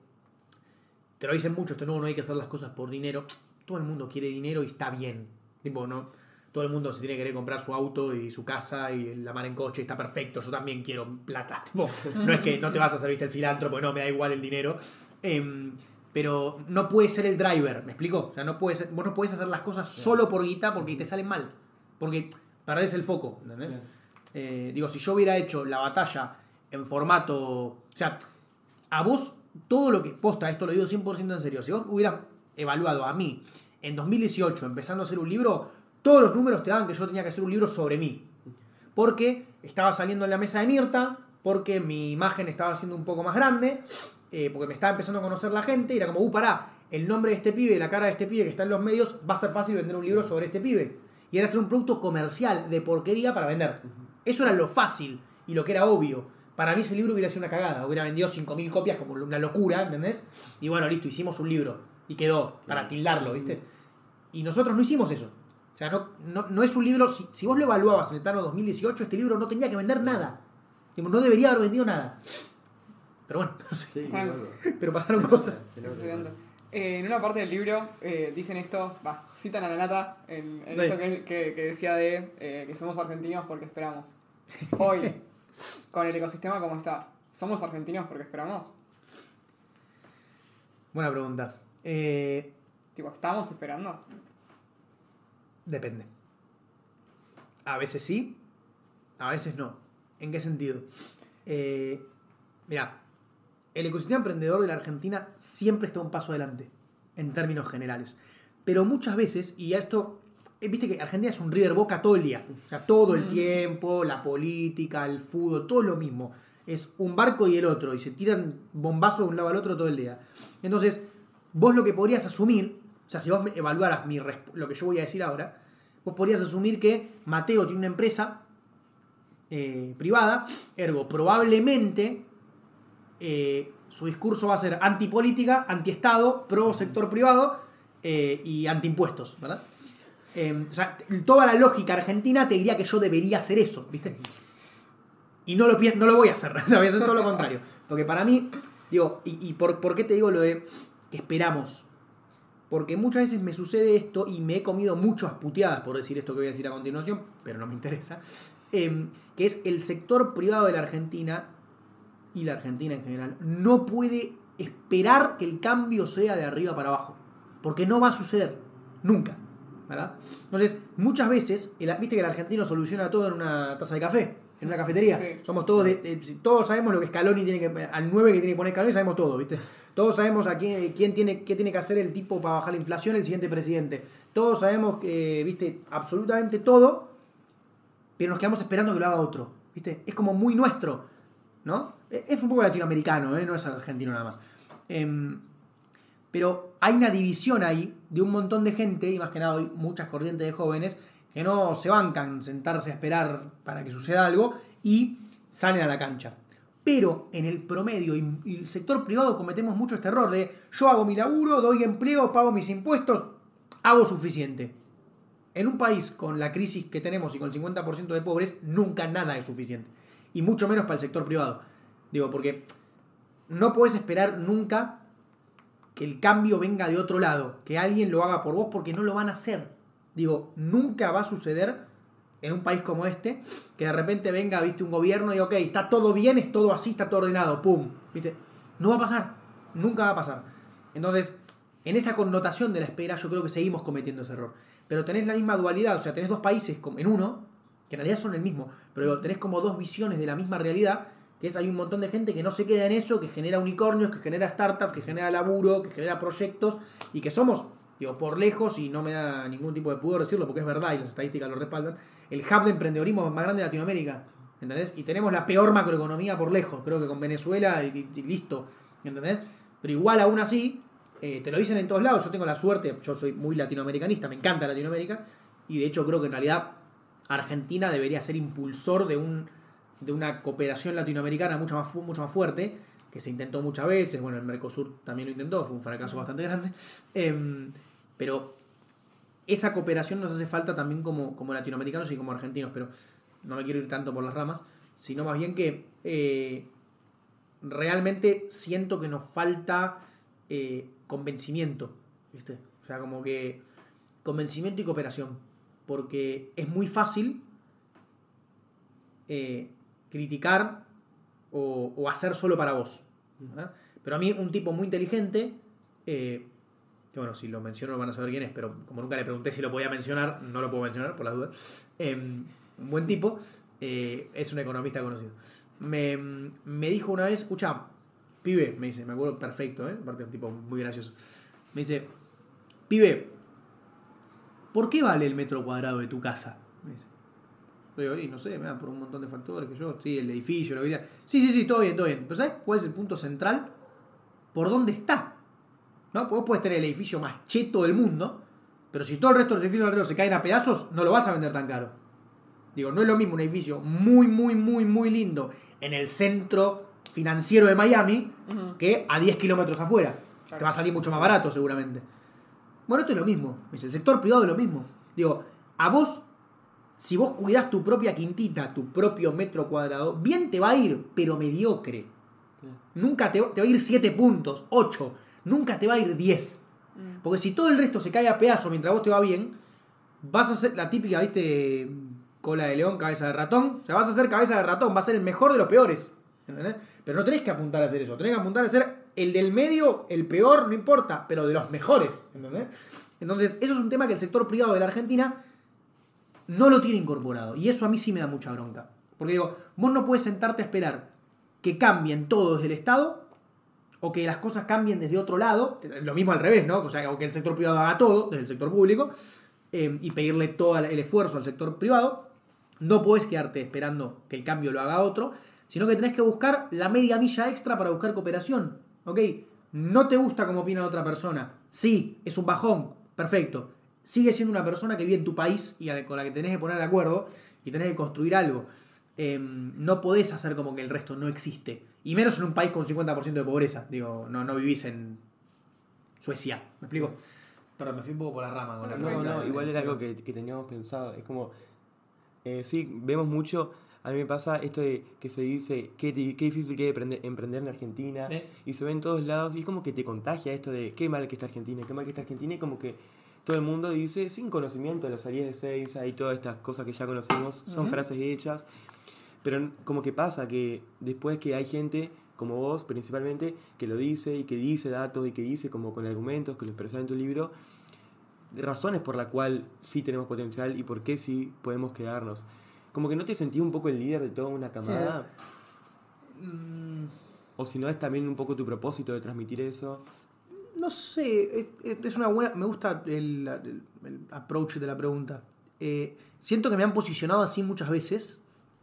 Te lo dicen mucho, esto no, no hay que hacer las cosas por dinero. Todo el mundo quiere dinero y está bien. Tipo, no, todo el mundo se tiene que querer comprar su auto y su casa y la mar en coche, está perfecto. Yo también quiero plata. Tipo, no es que no te vas a hacer, viste, el filántropo, no, me da igual el dinero. Eh, pero no puede ser el driver, ¿me explico? O sea, no puede ser, vos no podés hacer las cosas solo por guita porque te salen mal. Porque perdés el foco, ¿entendés? Eh, digo, si yo hubiera hecho la batalla en formato... O sea, a vos... Todo lo que... Posta, esto lo digo cien por ciento en serio. Si vos hubieras evaluado a mí en dos mil dieciocho empezando a hacer un libro, todos los números te daban que yo tenía que hacer un libro sobre mí. Porque estaba saliendo en la mesa de Mirta, porque mi imagen estaba siendo un poco más grande, eh, porque me estaba empezando a conocer la gente, y era como, uh, pará, el nombre de este pibe, la cara de este pibe que está en los medios, va a ser fácil vender un libro sobre este pibe. Y era hacer un producto comercial de porquería para vender. Eso era lo fácil y lo que era obvio. Para mí ese libro hubiera sido una cagada. Hubiera vendido cinco mil copias como una locura, ¿entendés? Y bueno, listo, hicimos un libro. Y quedó, para tildarlo, ¿viste? Y nosotros no hicimos eso. O sea, no, no, no es un libro... Si, si vos lo evaluabas en el plano dos mil dieciocho, este libro no tenía que vender nada. No debería haber vendido nada. Pero bueno, no sé. Sí, pero pasaron cosas. Eh, en una parte del libro eh, dicen esto, bah, citan a la nata en, en eso que, que, que decía de eh, que somos argentinos porque esperamos. Hoy... Con el ecosistema como está, ¿somos argentinos porque esperamos? Buena pregunta. Eh, tipo, ¿estamos esperando? Depende. A veces sí, a veces no. ¿En qué sentido? Eh, mirá, el ecosistema emprendedor de la Argentina siempre está un paso adelante, en términos generales. Pero muchas veces, y esto... Viste que Argentina es un River Boca todo el día. O sea, todo el tiempo, la política, el fútbol, todo es lo mismo. Es un barco y el otro. Y se tiran bombazos de un lado al otro todo el día. Entonces, vos lo que podrías asumir, o sea, si vos evaluaras mi lo que yo voy a decir ahora, vos podrías asumir que Mateo tiene una empresa eh, privada, ergo, probablemente eh, su discurso va a ser antipolítica, antiestado, pro sector privado eh, y antiimpuestos, ¿verdad? Eh, o sea, toda la lógica argentina te diría que yo debería hacer eso, ¿viste? Y no lo, no lo voy a hacer, ¿sabes? Eso es todo lo contrario. Porque para mí, digo, ¿y, y por, por qué te digo lo de que esperamos? Porque muchas veces me sucede esto y me he comido muchas puteadas por decir esto que voy a decir a continuación, pero no me interesa, eh, que es el sector privado de la Argentina y la Argentina en general no puede esperar que el cambio sea de arriba para abajo, porque no va a suceder, nunca. ¿Verdad? Entonces, muchas veces, el, viste que el argentino soluciona todo en una taza de café, en una cafetería. Sí. Somos todos, de, de, todos sabemos lo que Scaloni tiene que, al nueve que tiene que poner Scaloni, sabemos todo, ¿viste? Todos sabemos a quién, quién tiene, qué tiene que hacer el tipo para bajar la inflación, el siguiente presidente. Todos sabemos, que, ¿viste? Absolutamente todo, pero nos quedamos esperando que lo haga otro, ¿viste? Es como muy nuestro, ¿no? Es un poco latinoamericano, ¿eh? No es argentino nada más. Eh, Pero hay una división ahí de un montón de gente, y más que nada hay muchas corrientes de jóvenes, que no se bancan sentarse a esperar para que suceda algo y salen a la cancha. Pero en el promedio y el sector privado cometemos mucho este error de yo hago mi laburo, doy empleo, pago mis impuestos, hago suficiente. En un país con la crisis que tenemos y con el cincuenta por ciento de pobres, nunca nada es suficiente. Y mucho menos para el sector privado. Digo, porque no puedes esperar nunca... que que el cambio venga de otro lado, que alguien lo haga por vos, porque no lo van a hacer. Digo, nunca va a suceder en un país como este, que de repente venga, viste, un gobierno y ok, está todo bien, es todo así, está todo ordenado, pum, viste. No va a pasar, nunca va a pasar. Entonces, en esa connotación de la espera, yo creo que seguimos cometiendo ese error. Pero tenés la misma dualidad, o sea, tenés dos países en uno, que en realidad son el mismo, pero tenés como dos visiones de la misma realidad, que es hay un montón de gente que no se queda en eso, que genera unicornios, que genera startups, que genera laburo, que genera proyectos, y que somos, digo, por lejos, y no me da ningún tipo de pudor decirlo, porque es verdad y las estadísticas lo respaldan, el hub de emprendedorismo más grande de Latinoamérica, ¿entendés? Y tenemos la peor macroeconomía por lejos, creo que con Venezuela y, y listo, ¿entendés? Pero igual aún así, eh, te lo dicen en todos lados, yo tengo la suerte, yo soy muy latinoamericanista, me encanta Latinoamérica, y de hecho creo que en realidad Argentina debería ser impulsor de un de una cooperación latinoamericana mucho más, fu- mucho más fuerte, que se intentó muchas veces, bueno, el Mercosur también lo intentó, fue un fracaso bastante grande, eh, pero esa cooperación nos hace falta también como, como latinoamericanos y como argentinos, pero no me quiero ir tanto por las ramas, sino más bien que eh, realmente siento que nos falta eh, convencimiento, ¿viste? O sea, como que convencimiento y cooperación, porque es muy fácil eh, criticar o, o hacer solo para vos, ¿verdad? Pero a mí un tipo muy inteligente, eh, que bueno, si lo menciono van a saber quién es, pero como nunca le pregunté si lo podía mencionar, no lo puedo mencionar por las dudas, eh, un buen tipo, eh, es un economista conocido, me, me dijo una vez, escucha, pibe, me dice, me acuerdo perfecto, ¿eh? Aparte un tipo muy gracioso, me dice, pibe, ¿por qué vale el metro cuadrado de tu casa? Me dice. Yo digo, y no sé, me da por un montón de factores que yo, sí, el edificio, lo que sea. Sí, sí, sí, todo bien, todo bien. Pero ¿sabes cuál es el punto central? ¿Por dónde está? ¿No? Porque vos podés tener el edificio más cheto del mundo, pero si todo el resto de los edificios alrededor se caen a pedazos, no lo vas a vender tan caro. Digo, no es lo mismo un edificio muy, muy, muy, muy lindo en el centro financiero de Miami uh-huh. que a diez kilómetros afuera. Claro. Te va a salir mucho más barato seguramente. Bueno, esto es lo mismo. El sector privado es lo mismo. Digo, a vos, si vos cuidás tu propia quintita, tu propio metro cuadrado, bien te va a ir, pero mediocre. Mm. Nunca te, te va a ir siete puntos, ocho. Nunca te va a ir diez. Mm. Porque si todo el resto se cae a pedazos mientras vos te va bien, vas a ser la típica, ¿viste? Cola de león, cabeza de ratón. O sea, vas a ser cabeza de ratón, va a ser el mejor de los peores. ¿Entendés? Pero no tenés que apuntar a hacer eso. Tenés que apuntar a ser el del medio, el peor, no importa, pero de los mejores. ¿Entendés? Entonces, eso es un tema que el sector privado de la Argentina no lo tiene incorporado. Y eso a mí sí me da mucha bronca. Porque digo, vos no puedes sentarte a esperar que cambien todo desde el Estado o que las cosas cambien desde otro lado. Lo mismo al revés, ¿no? O sea, o que el sector privado haga todo desde el sector público eh, y pedirle todo el esfuerzo al sector privado. No podés quedarte esperando que el cambio lo haga otro, sino que tenés que buscar la media milla extra para buscar cooperación. ¿Ok? No te gusta cómo opina otra persona. Sí, es un bajón. Perfecto. Sigue siendo una persona que vive en tu país y con la que tenés que poner de acuerdo y tenés que construir algo. Eh, no podés hacer como que el resto no existe. Y menos en un país con cincuenta por ciento de pobreza. Digo, no, no vivís en Suecia. ¿Me explico? Perdón, me fui un poco por la rama con la No, pregunta. no, igual era algo que, que teníamos pensado. Es como, eh, sí, vemos mucho. A mí me pasa esto de que se dice qué, qué difícil que es emprender, emprender en Argentina. ¿Sí? Y se ve en todos lados. Y es como que te contagia esto de qué mal que está Argentina, qué mal que está Argentina. Y como que todo el mundo dice, sin conocimiento de los Aries de Seiza y todas estas cosas que ya conocemos, son uh-huh. frases hechas. Pero como que pasa que después que hay gente como vos, principalmente, que lo dice y que dice datos y que dice como con argumentos, que lo expresás en tu libro, razones por la cual sí tenemos potencial y por qué sí podemos quedarnos. Como que no te sentís un poco el líder de toda una camada. Sí. Mm. O si no es también un poco tu propósito de transmitir eso. No sé, es una buena... Me gusta el, el, el approach de la pregunta. Eh, siento que me han posicionado así muchas veces.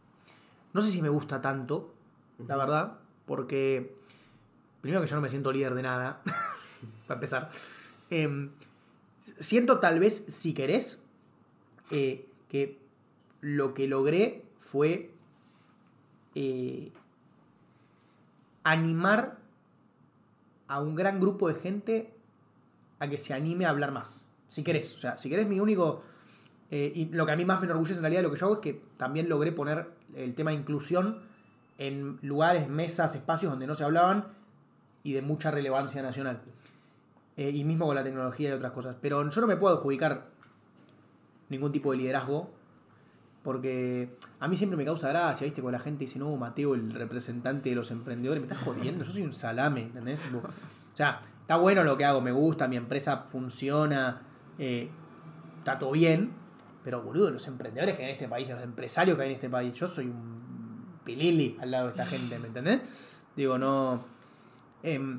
No sé si me gusta tanto, uh-huh. la verdad, porque primero que yo no me siento líder de nada, para empezar. Eh, siento tal vez, si querés, eh, que lo que logré fue eh, animar a un gran grupo de gente a que se anime a hablar más. Si querés, o sea, si querés mi único... Eh, y lo que a mí más me enorgullece en realidad de lo que yo hago es que también logré poner el tema de inclusión en lugares, mesas, espacios donde no se hablaban y de mucha relevancia nacional. eh, y mismo con la tecnología y otras cosas. Pero yo no me puedo adjudicar ningún tipo de liderazgo, porque a mí siempre me causa gracia, ¿viste? Cuando la gente dice, no, Mateo, el representante de los emprendedores, me estás jodiendo, yo soy un salame, ¿entendés? Tipo, o sea, está bueno lo que hago, me gusta, mi empresa funciona, eh, está todo bien, pero boludo, los emprendedores que hay en este país, los empresarios que hay en este país, yo soy un pilili al lado de esta gente, ¿me entendés? Digo, no... Eh,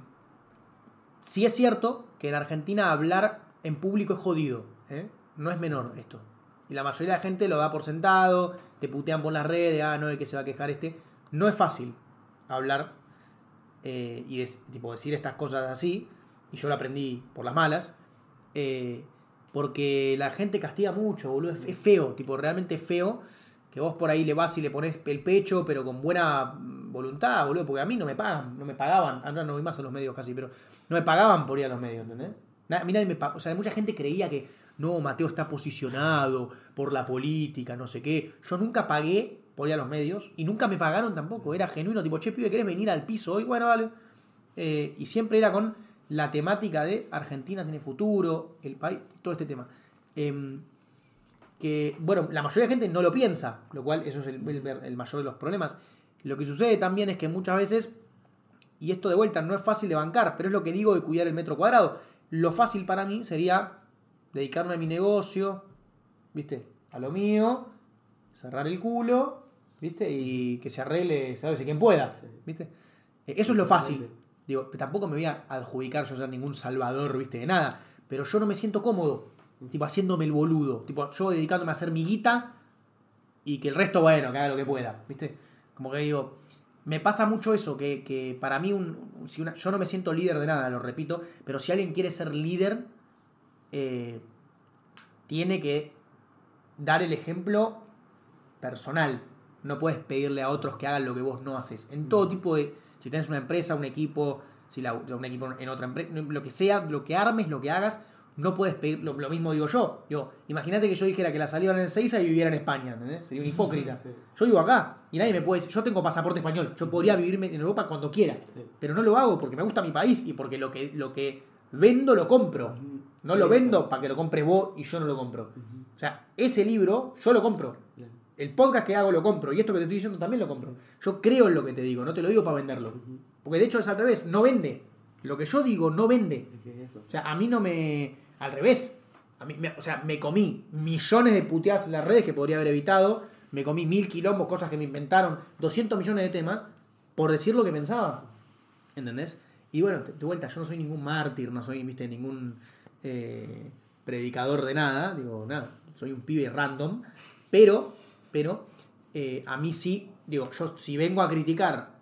sí es cierto que en Argentina hablar en público es jodido, ¿eh? No es menor esto. Y la mayoría de la gente lo da por sentado, te putean por las redes, ah, no, el que se va a quejar este. No es fácil hablar eh, y des, tipo, decir estas cosas así, y yo lo aprendí por las malas, eh, porque la gente castiga mucho, boludo, es, es feo, tipo, realmente es feo que vos por ahí le vas y le pones el pecho, pero con buena voluntad, boludo, porque a mí no me pagan, no me pagaban, ahora no voy más a los medios casi, pero no me pagaban por ir a los medios, ¿entendés? A mí nadie me pagó, o sea, mucha gente creía que no, Mateo está posicionado por la política, no sé qué. Yo nunca pagué por ir a los medios y nunca me pagaron tampoco. Era genuino, tipo, che, pibe, ¿querés venir al piso hoy? Bueno, vale. Eh, y siempre era con la temática de Argentina tiene futuro, el país, todo este tema. Eh, que, bueno, la mayoría de gente no lo piensa, lo cual eso es el, el, el mayor de los problemas. Lo que sucede también es que muchas veces, y esto de vuelta no es fácil de bancar, pero es lo que digo de cuidar el metro cuadrado. Lo fácil para mí sería dedicarme a mi negocio, ¿viste? A lo mío, cerrar el culo, ¿viste? Y que se arregle, ¿sabes? Quien pueda, ¿viste? Eso es lo fácil. Digo, tampoco me voy a adjudicar yo ser ningún salvador, ¿viste? De nada. Pero yo no me siento cómodo, tipo, haciéndome el boludo. Tipo, yo dedicándome a hacer mi guita y que el resto, bueno, que haga lo que pueda, ¿viste? Como que digo, me pasa mucho eso, que, que para mí, un, si una, yo no me siento líder de nada, lo repito, pero si alguien quiere ser líder, eh, tiene que dar el ejemplo personal. No puedes pedirle a otros que hagan lo que vos no haces. En todo tipo de... Si tenés una empresa, un equipo, si la, un equipo en otra empresa, lo que sea, lo que armes, lo que hagas, no puedes pedir... Lo, lo mismo digo yo. Digo, imagínate que yo dijera que la salida en el Ezeiza y viviera en España, ¿entendés? Sería un hipócrita. Sí. Yo vivo acá y nadie me puede decir... Yo tengo pasaporte español. Yo podría vivirme en Europa cuando quiera. Sí. Pero no lo hago porque me gusta mi país y porque lo que, lo que vendo lo compro. No lo vendo para que lo compres vos y yo no lo compro. O sea, ese libro yo lo compro. El podcast que hago lo compro. Y esto que te estoy diciendo también lo compro. Yo creo en lo que te digo, no te lo digo para venderlo. Porque de hecho es al revés, no vende. Lo que yo digo no vende. O sea, a mí no me... Al revés. A mí me, o sea, me comí millones de puteadas en las redes que podría haber evitado. Me comí mil quilombos, cosas que me inventaron. doscientos millones de temas por decir lo que pensaba. ¿Entendés? Y bueno, de vuelta, yo no soy ningún mártir, no soy, viste, ningún... Eh, predicador de nada, digo, nada, soy un pibe random, pero, pero eh, a mí sí, digo, yo si vengo a criticar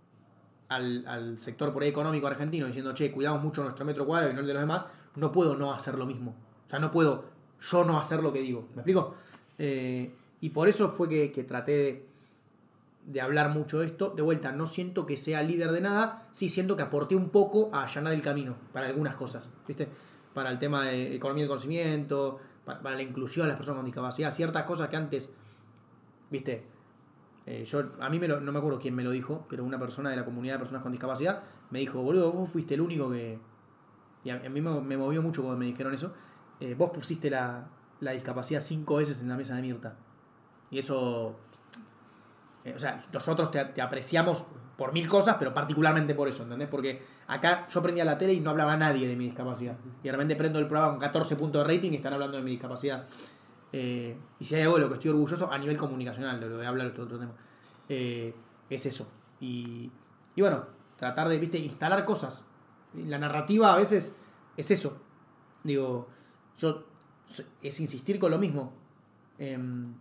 al, al sector por ahí económico argentino diciendo, che, cuidamos mucho nuestro metro cuadrado y no el de los demás, no puedo no hacer lo mismo, o sea, no puedo yo no hacer lo que digo, ¿me explico? Eh, y por eso fue que, que traté de, de hablar mucho de esto, de vuelta, no siento que sea líder de nada, sí siento que aporté un poco a allanar el camino para algunas cosas, ¿viste? Para el tema de economía del conocimiento, para, para la inclusión de las personas con discapacidad, ciertas cosas que antes, viste, eh, yo a mí me lo, no me acuerdo quién me lo dijo, pero una persona de la comunidad de personas con discapacidad me dijo, boludo, vos fuiste el único que... Y a, a mí me, me movió mucho cuando me dijeron eso, eh, vos pusiste la, la discapacidad cinco veces en la mesa de Mirta. Y eso... Eh, o sea, nosotros te, te apreciamos por mil cosas, pero particularmente por eso, ¿entendés? Porque acá yo prendía la tele y no hablaba nadie de mi discapacidad. Y de repente prendo el programa con catorce puntos de rating y están hablando de mi discapacidad. Eh, y si hay algo de lo que estoy orgulloso a nivel comunicacional, de lo de hablar de este otro tema, eh, es eso. Y, y bueno, tratar de, viste, instalar cosas. La narrativa a veces es eso. Digo, yo es insistir con lo mismo. Eh,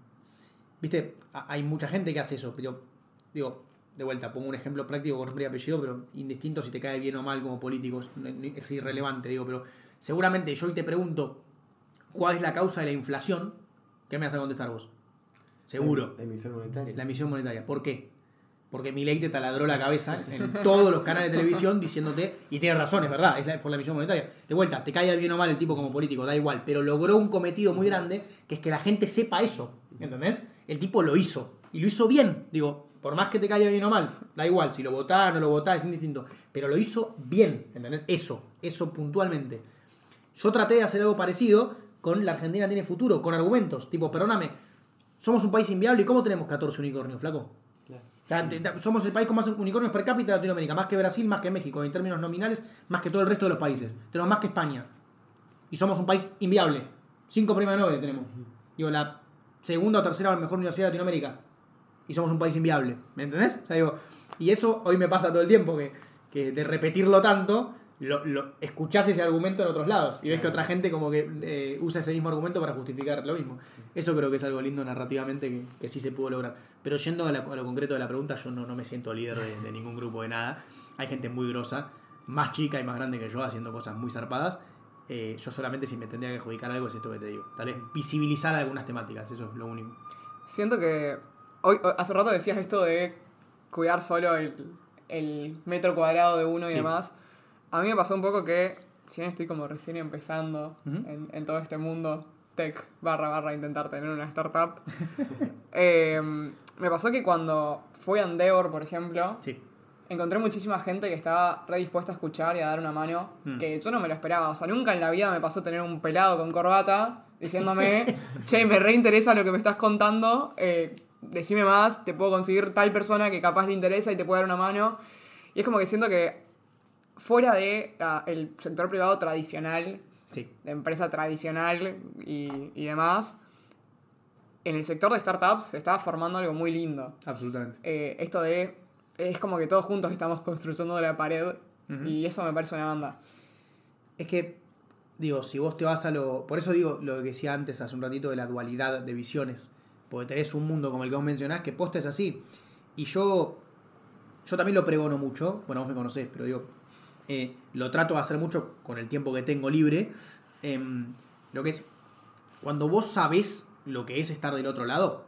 viste, hay mucha gente que hace eso, pero digo, de vuelta, pongo un ejemplo práctico con nombre y apellido, pero indistinto si te cae bien o mal como político, es, es irrelevante, digo, pero seguramente yo hoy te pregunto cuál es la causa de la inflación, ¿qué me vas a contestar vos? Seguro. La emisión monetaria. La emisión monetaria. ¿Por qué? Porque Milei te taladró la cabeza en todos los canales de televisión diciéndote, y tienes razón, es verdad, es por la emisión monetaria. De vuelta, te caiga bien o mal el tipo como político, da igual, pero logró un cometido muy grande, que es que la gente sepa eso, ¿entendés? El tipo lo hizo, y lo hizo bien, digo, por más que te caiga bien o mal, da igual, si lo votás, no lo votás, es indistinto. Pero lo hizo bien, ¿entendés? Eso, eso puntualmente. Yo traté de hacer algo parecido con la Argentina tiene futuro, con argumentos. Tipo, perdóname, somos un país inviable y ¿cómo tenemos catorce unicornios, flaco? Claro. O sea, te, te, somos el país con más unicornios per cápita de Latinoamérica, más que Brasil, más que México, en términos nominales, más que todo el resto de los países. Tenemos más que España. Y somos un país inviable. Cinco premios Nobel tenemos. Digo, la segunda o tercera mejor universidad de Latinoamérica. Y somos un país inviable. ¿Me entendés? O sea, digo, y eso hoy me pasa todo el tiempo, que, que de repetirlo tanto, lo, lo, escuchás ese argumento en otros lados. Y ves que otra gente como que eh, usa ese mismo argumento para justificar lo mismo. Eso creo que es algo lindo narrativamente que, que sí se pudo lograr. Pero yendo a, la, a lo concreto de la pregunta, yo no, no me siento líder de, de ningún grupo de nada. Hay gente muy grosa, más chica y más grande que yo, haciendo cosas muy zarpadas. Eh, yo solamente si me tendría que adjudicar algo es esto que te digo. Tal vez visibilizar algunas temáticas, eso es lo único. Siento que hoy, hace rato decías esto de cuidar solo el, el metro cuadrado de uno y sí. demás. A mí me pasó un poco que, si bien estoy como recién empezando uh-huh. en, en todo este mundo tech barra barra intentar tener una startup, eh, me pasó que cuando fui a Endeavor, por ejemplo, sí. encontré muchísima gente que estaba re dispuesta a escuchar y a dar una mano, mm. que yo no me lo esperaba. O sea, nunca en la vida me pasó tener un pelado con corbata diciéndome, che, me reinteresa lo que me estás contando, eh, decime más, te puedo conseguir tal persona que capaz le interesa y te puede dar una mano. Y es como que siento que fuera de uh, el sector privado tradicional, sí. de empresa tradicional y, y demás, en el sector de startups se estaba formando algo muy lindo. Absolutamente. Eh, esto de... Es como que todos juntos estamos construyendo la pared uh-huh. y eso me parece una banda. Es que, digo, si vos te vas a lo... Por eso digo lo que decía antes hace un ratito de la dualidad de visiones. Porque tenés un mundo como el que vos mencionás que posta es así. Y yo yo también lo pregono mucho. Bueno, vos me conocés, pero digo, eh, lo trato de hacer mucho con el tiempo que tengo libre. Eh, lo que es, cuando vos sabés lo que es estar del otro lado,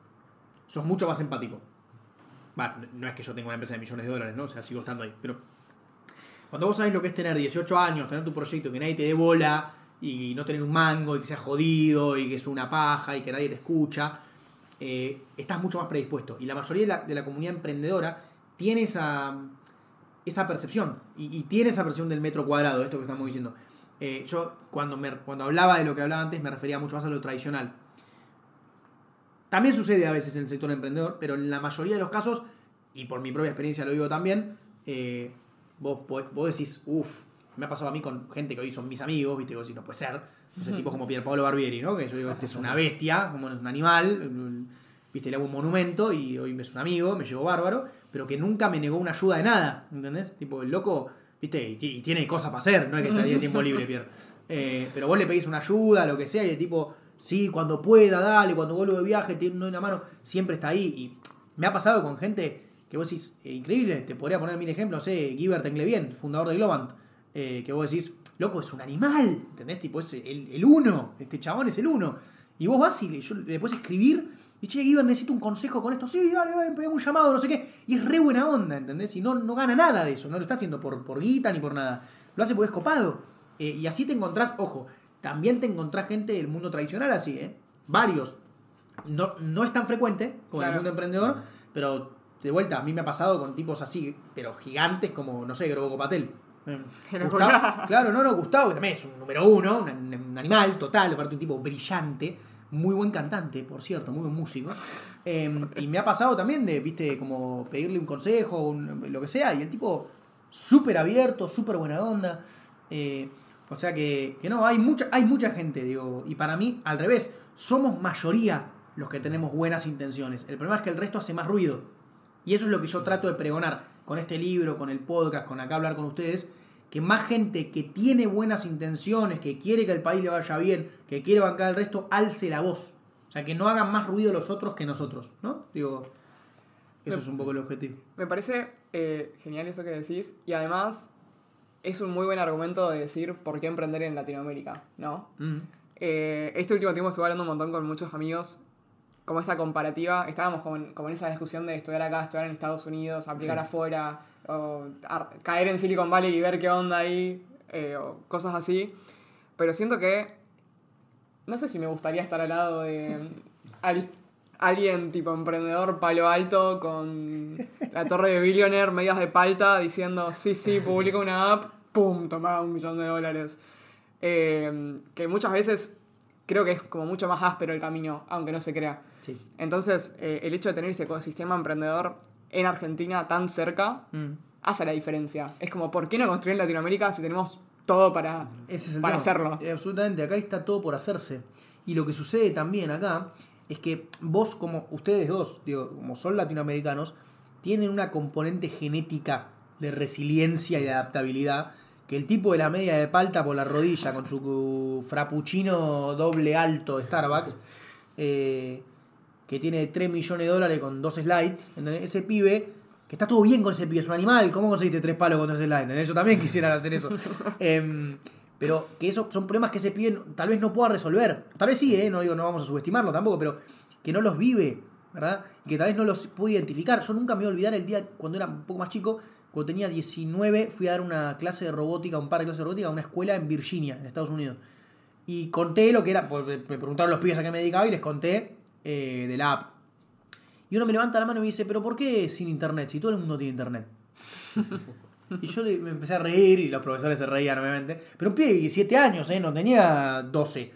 sos mucho más empático. Bueno, no es que yo tenga una empresa de millones de dólares, ¿no? O sea, sigo estando ahí. Pero cuando vos sabés lo que es tener dieciocho años, tener tu proyecto, que nadie te dé bola, y no tener un mango, y que sea jodido, y que es una paja, y que nadie te escucha, eh, estás mucho más predispuesto. Y la mayoría de la, de la comunidad emprendedora tiene esa, esa percepción. Y, y tiene esa percepción del metro cuadrado, de esto que estamos diciendo. Eh, yo, cuando, me, cuando hablaba de lo que hablaba antes, me refería mucho más a lo tradicional. También sucede a veces en el sector emprendedor, pero en la mayoría de los casos, y por mi propia experiencia lo digo también, eh, vos, vos decís, uff, me ha pasado a mí con gente que hoy son mis amigos, ¿viste? Y vos decís, no puede ser. O sea, tipos como Pierpaolo Barbieri, ¿no? Que yo digo, este es una bestia, como es un animal, ¿viste? Le hago un monumento y hoy es un amigo, me llevo bárbaro, pero que nunca me negó una ayuda de nada, ¿entendés? Tipo, el loco, ¿viste? Y, y tiene cosas para hacer, no es que está de tiempo libre, Pierre. Eh, pero vos le pedís una ayuda, lo que sea, y el tipo... Sí, cuando pueda, dale, cuando vuelvo de viaje, tiene una mano, siempre está ahí. Y me ha pasado con gente que vos decís, eh, increíble, te podría poner mil ejemplos, no sé, Guibert Tenglevien, fundador de Globant, eh, que vos decís, loco, es un animal, ¿entendés? Tipo, es el, el uno, este chabón es el uno. Y vos vas y le, yo, le puedes escribir, y che, Guibert, necesito un consejo con esto, sí, dale, voy a pegar un llamado, no sé qué. Y es re buena onda, ¿entendés? Y no, no gana nada de eso, no lo está haciendo por, por guita ni por nada. Lo hace porque es copado. Eh, y así te encontrás, ojo, también te encontrás gente del mundo tradicional así, ¿eh? Varios. No, no es tan frecuente como claro. el mundo emprendedor, pero de vuelta, a mí me ha pasado con tipos así, pero gigantes como, no sé, Grobo Copatel. Gustavo, claro, no, no, Gustavo, que también es un número uno, un, un animal total, aparte un tipo brillante, muy buen cantante, por cierto, muy buen músico. Eh, y me ha pasado también de, viste, como pedirle un consejo, un, lo que sea, y el tipo súper abierto, súper buena onda. Eh, O sea que, que no, hay mucha, hay mucha gente, digo, y para mí, al revés, somos mayoría los que tenemos buenas intenciones. El problema es que el resto hace más ruido. Y eso es lo que yo trato de pregonar con este libro, con el podcast, con acá hablar con ustedes, que más gente que tiene buenas intenciones, que quiere que el país le vaya bien, que quiere bancar al resto, alce la voz. O sea, que no hagan más ruido los otros que nosotros, ¿no? Digo, eso me, es un poco el objetivo. Me parece eh, genial eso que decís, y además... es un muy buen argumento de decir por qué emprender en Latinoamérica, ¿no? Mm. Eh, este último tiempo estuve hablando un montón con muchos amigos, como esa comparativa, estábamos como en, como en esa discusión de estudiar acá, estudiar en Estados Unidos, aplicar sí. afuera, o a, caer en Silicon Valley y ver qué onda ahí, eh, o cosas así, pero siento que, no sé si me gustaría estar al lado de Ari, alguien tipo emprendedor palo alto con la torre de Billionaire, medias de palta, diciendo, sí, sí, publica una app, pum, toma un millón de dólares. Eh, que muchas veces creo que es como mucho más áspero el camino, aunque no se crea. Sí. Entonces, eh, el hecho de tener ese ecosistema emprendedor en Argentina tan cerca, Mm. hace la diferencia. Es como, ¿por qué no construir en Latinoamérica si tenemos todo para, Ese es el para tema. hacerlo? Eh, absolutamente, acá está todo por hacerse. Y lo que sucede también acá es que vos, como ustedes dos, digo, como son latinoamericanos, tienen una componente genética de resiliencia y de adaptabilidad que el tipo de la media de palta por la rodilla con su frappuccino doble alto de Starbucks, eh, que tiene tres millones de dólares con dos slides, ¿entendés? Ese pibe, que está todo bien con ese pibe, es un animal, ¿cómo conseguiste tres palos con dos slides? ¿Entendés? Yo también quisiera hacer eso. eh, pero que eso son problemas que ese pibe tal vez no pueda resolver. Tal vez sí, ¿eh? No digo, no vamos a subestimarlo tampoco, pero que no los vive, ¿verdad? Y que tal vez no los puede identificar. Yo nunca me voy a olvidar el día cuando era un poco más chico, cuando tenía diecinueve, fui a dar una clase de robótica, un par de clases de robótica a una escuela en Virginia, en Estados Unidos. Y conté lo que era, me preguntaron los pibes a qué me dedicaba y les conté eh, de la app. Y uno me levanta la mano y me dice, ¿pero por qué sin internet? Si todo el mundo tiene internet. Y yo le, me empecé a reír y los profesores se reían, obviamente. Pero un pibe de diecisiete años, ¿eh? No tenía doce.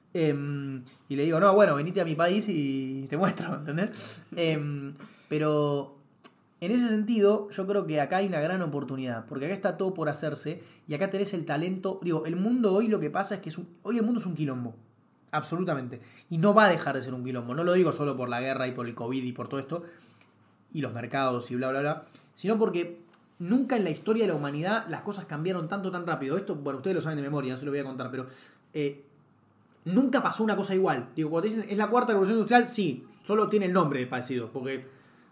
Eh, y le digo, no, bueno, venite a mi país y te muestro, ¿entendés? Eh, pero en ese sentido, yo creo que acá hay una gran oportunidad. Porque acá está todo por hacerse y acá tenés el talento. Digo, el mundo hoy lo que pasa es que es un, hoy el mundo es un quilombo. Absolutamente. Y no va a dejar de ser un quilombo. No lo digo solo por la guerra y por el COVID y por todo esto. Y los mercados y bla, bla, bla. Sino porque nunca en la historia de la humanidad las cosas cambiaron tanto, tan rápido. Esto, bueno, ustedes lo saben de memoria, no se lo voy a contar, pero eh, nunca pasó una cosa igual. Digo, cuando te dicen, ¿es la cuarta revolución industrial? Sí, solo tiene el nombre parecido, porque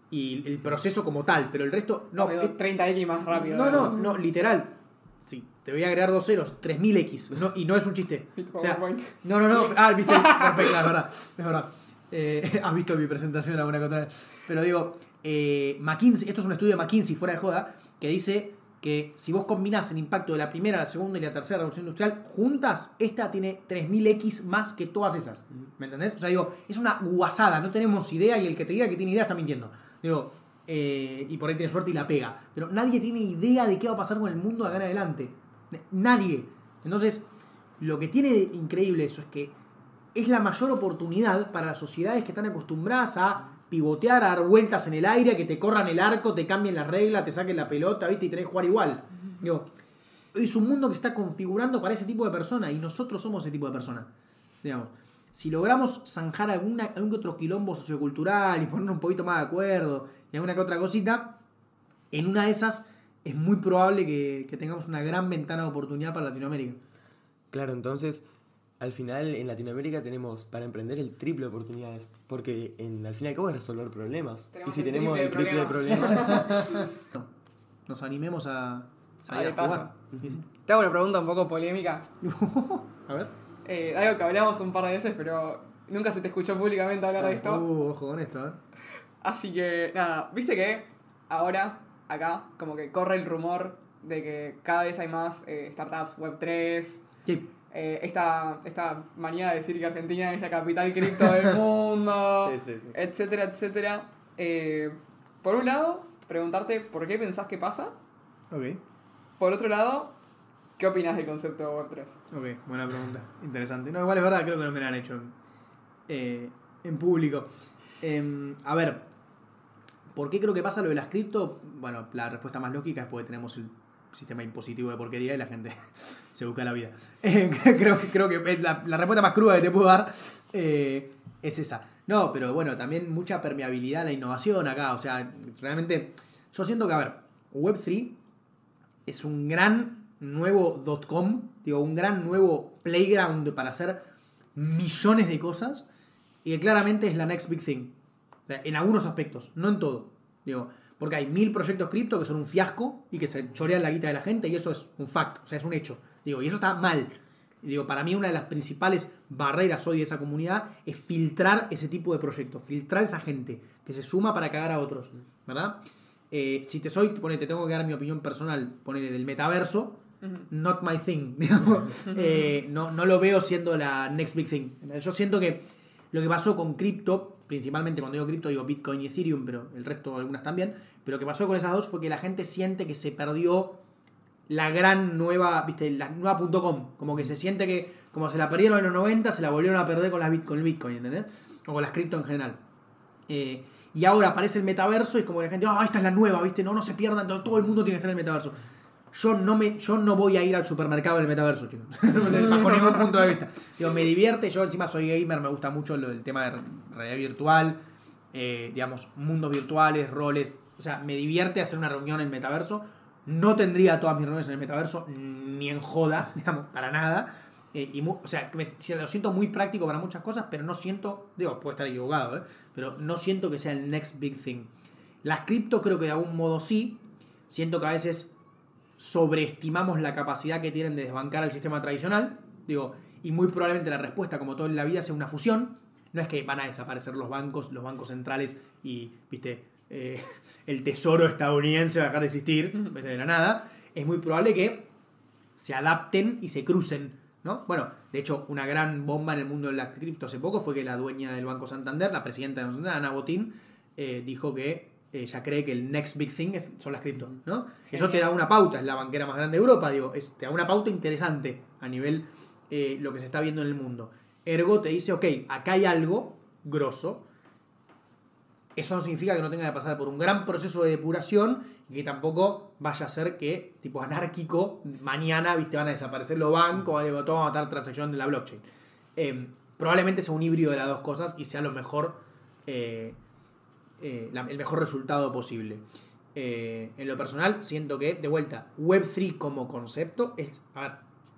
y el proceso como tal, pero el resto... No, es treinta equis más rápido. No, no, no, literal. Sí, te voy a agregar dos ceros, tres mil equis, no, y no es un chiste. O sea, no, no, no, ah, viste, perfecto, es verdad, es verdad. Eh, has visto mi presentación alguna que otra vez. Pero digo, eh, McKinsey, esto es un estudio de McKinsey, fuera de joda, que dice que si vos combinás el impacto de la primera, la segunda y la tercera revolución industrial juntas, esta tiene tres mil equis más que todas esas. ¿Me entendés? O sea, digo, es una guasada, no tenemos idea y el que te diga que tiene idea está mintiendo. Digo, eh, y por ahí tiene suerte y la pega. Pero nadie tiene idea de qué va a pasar con el mundo de acá en adelante. Nadie. Entonces, lo que tiene de increíble eso es que es la mayor oportunidad para las sociedades que están acostumbradas a pivotear, a dar vueltas en el aire, a que te corran el arco, te cambien las reglas, te saquen la pelota, ¿viste? Y tenés que jugar igual. Digo, es un mundo que se está configurando para ese tipo de personas y nosotros somos ese tipo de personas. Digamos, si logramos zanjar alguna, algún que otro quilombo sociocultural y ponernos un poquito más de acuerdo y alguna que otra cosita, en una de esas es muy probable que, que tengamos una gran ventana de oportunidad para Latinoamérica. Claro, entonces, al final en Latinoamérica tenemos para emprender el triple de oportunidades. Porque en, al fin y al cabo es resolver problemas. Tenemos y si el tenemos triple el triple de de problemas, Nos animemos a, a Dale, ir a jugar. paso. Sí, sí. Te hago una pregunta un poco polémica. A ver. Eh, algo que hablamos un par de veces, pero nunca se te escuchó públicamente hablar de esto. Uh, ojo con esto, ¿eh? Así que, nada, viste que ahora, acá, como que corre el rumor de que cada vez hay más eh, startups web tres. Sí. Eh, esta, esta manía de decir que Argentina es la capital cripto del mundo, Sí, sí, sí. etcétera, etcétera. Eh, por un lado, preguntarte por qué pensás que pasa. Ok. Por otro lado, ¿qué opinas del concepto de web tres? Ok, buena pregunta. Interesante. No, igual es verdad, creo que no me la han hecho eh, en público. Eh, a ver, ¿por qué creo que pasa lo de las cripto? Bueno, la respuesta más lógica es porque tenemos el sistema impositivo de porquería y la gente se busca la vida. Eh, creo, creo que es la, la respuesta más cruda que te puedo dar eh, es esa. No, pero bueno, también mucha permeabilidad a la innovación acá. O sea, realmente yo siento que, a ver, web tres es un gran nuevo .com, digo, un gran nuevo playground para hacer millones de cosas y que claramente es la next big thing. O sea, en algunos aspectos, no en todo. Digo, porque hay mil proyectos cripto que son un fiasco y que se chorean la guita de la gente y eso es un fact, o sea, es un hecho. Digo, y eso está mal. Y digo, para mí una de las principales barreras hoy de esa comunidad es filtrar ese tipo de proyectos, filtrar esa gente que se suma para cagar a otros, ¿verdad? Eh, si te soy, ponete, te tengo que dar mi opinión personal, ponele, del metaverso, uh-huh. Not my thing, digamos. eh, no, no lo veo siendo la next big thing. Yo siento que lo que pasó con cripto, principalmente cuando digo cripto digo Bitcoin y Ethereum, pero el resto algunas también, pero lo que pasó con esas dos fue que la gente siente que se perdió la gran nueva, viste, la nueva punto com, como que se siente que como se la perdieron en los noventa, se la volvieron a perder con, las, con el Bitcoin, ¿entendés? O con las cripto en general. Eh, y ahora aparece el metaverso y es como que la gente, ah, oh, esta es la nueva, viste, no, no se pierdan, todo el mundo tiene que estar en el metaverso. Yo no, me, yo no voy a ir al supermercado del metaverso, chicos. Bajo ningún punto de vista. Digo, me divierte, yo encima soy gamer, me gusta mucho lo, el tema de realidad virtual, eh, digamos, mundos virtuales, roles. O sea, me divierte hacer una reunión en el metaverso. No tendría todas mis reuniones en el metaverso, ni en joda, digamos, para nada. Eh, y mu- o sea, me, lo siento muy práctico para muchas cosas, pero no siento, digo, puedo estar equivocado, ¿eh? Pero no siento que sea el next big thing. Las cripto creo que de algún modo sí. Siento que a veces sobreestimamos la capacidad que tienen de desbancar al sistema tradicional, digo, y muy probablemente la respuesta, como todo en la vida, sea una fusión. No es que van a desaparecer los bancos, los bancos centrales y, viste, eh, el tesoro estadounidense va a dejar de existir de la nada. Es muy probable que se adapten y se crucen, ¿no? Bueno, de hecho, una gran bomba en el mundo de la cripto hace poco fue que la dueña del Banco Santander, la presidenta de Santander, Ana Botín, eh, dijo que ella cree que el next big thing es, son las cripto, ¿no? Genial. Eso te da una pauta, es la banquera más grande de Europa, digo, es, te da una pauta interesante a nivel eh, lo que se está viendo en el mundo. Ergo te dice, ok, acá hay algo grosso. Eso no significa que no tenga que pasar por un gran proceso de depuración y que tampoco vaya a ser que, tipo anárquico, mañana, viste, van a desaparecer los bancos, vale, todo va a matar transacción de la blockchain. Eh, probablemente sea un híbrido de las dos cosas y sea lo mejor... Eh, Eh, la, el mejor resultado posible. Eh, en lo personal, siento que, de vuelta, web tres como concepto es. A ver.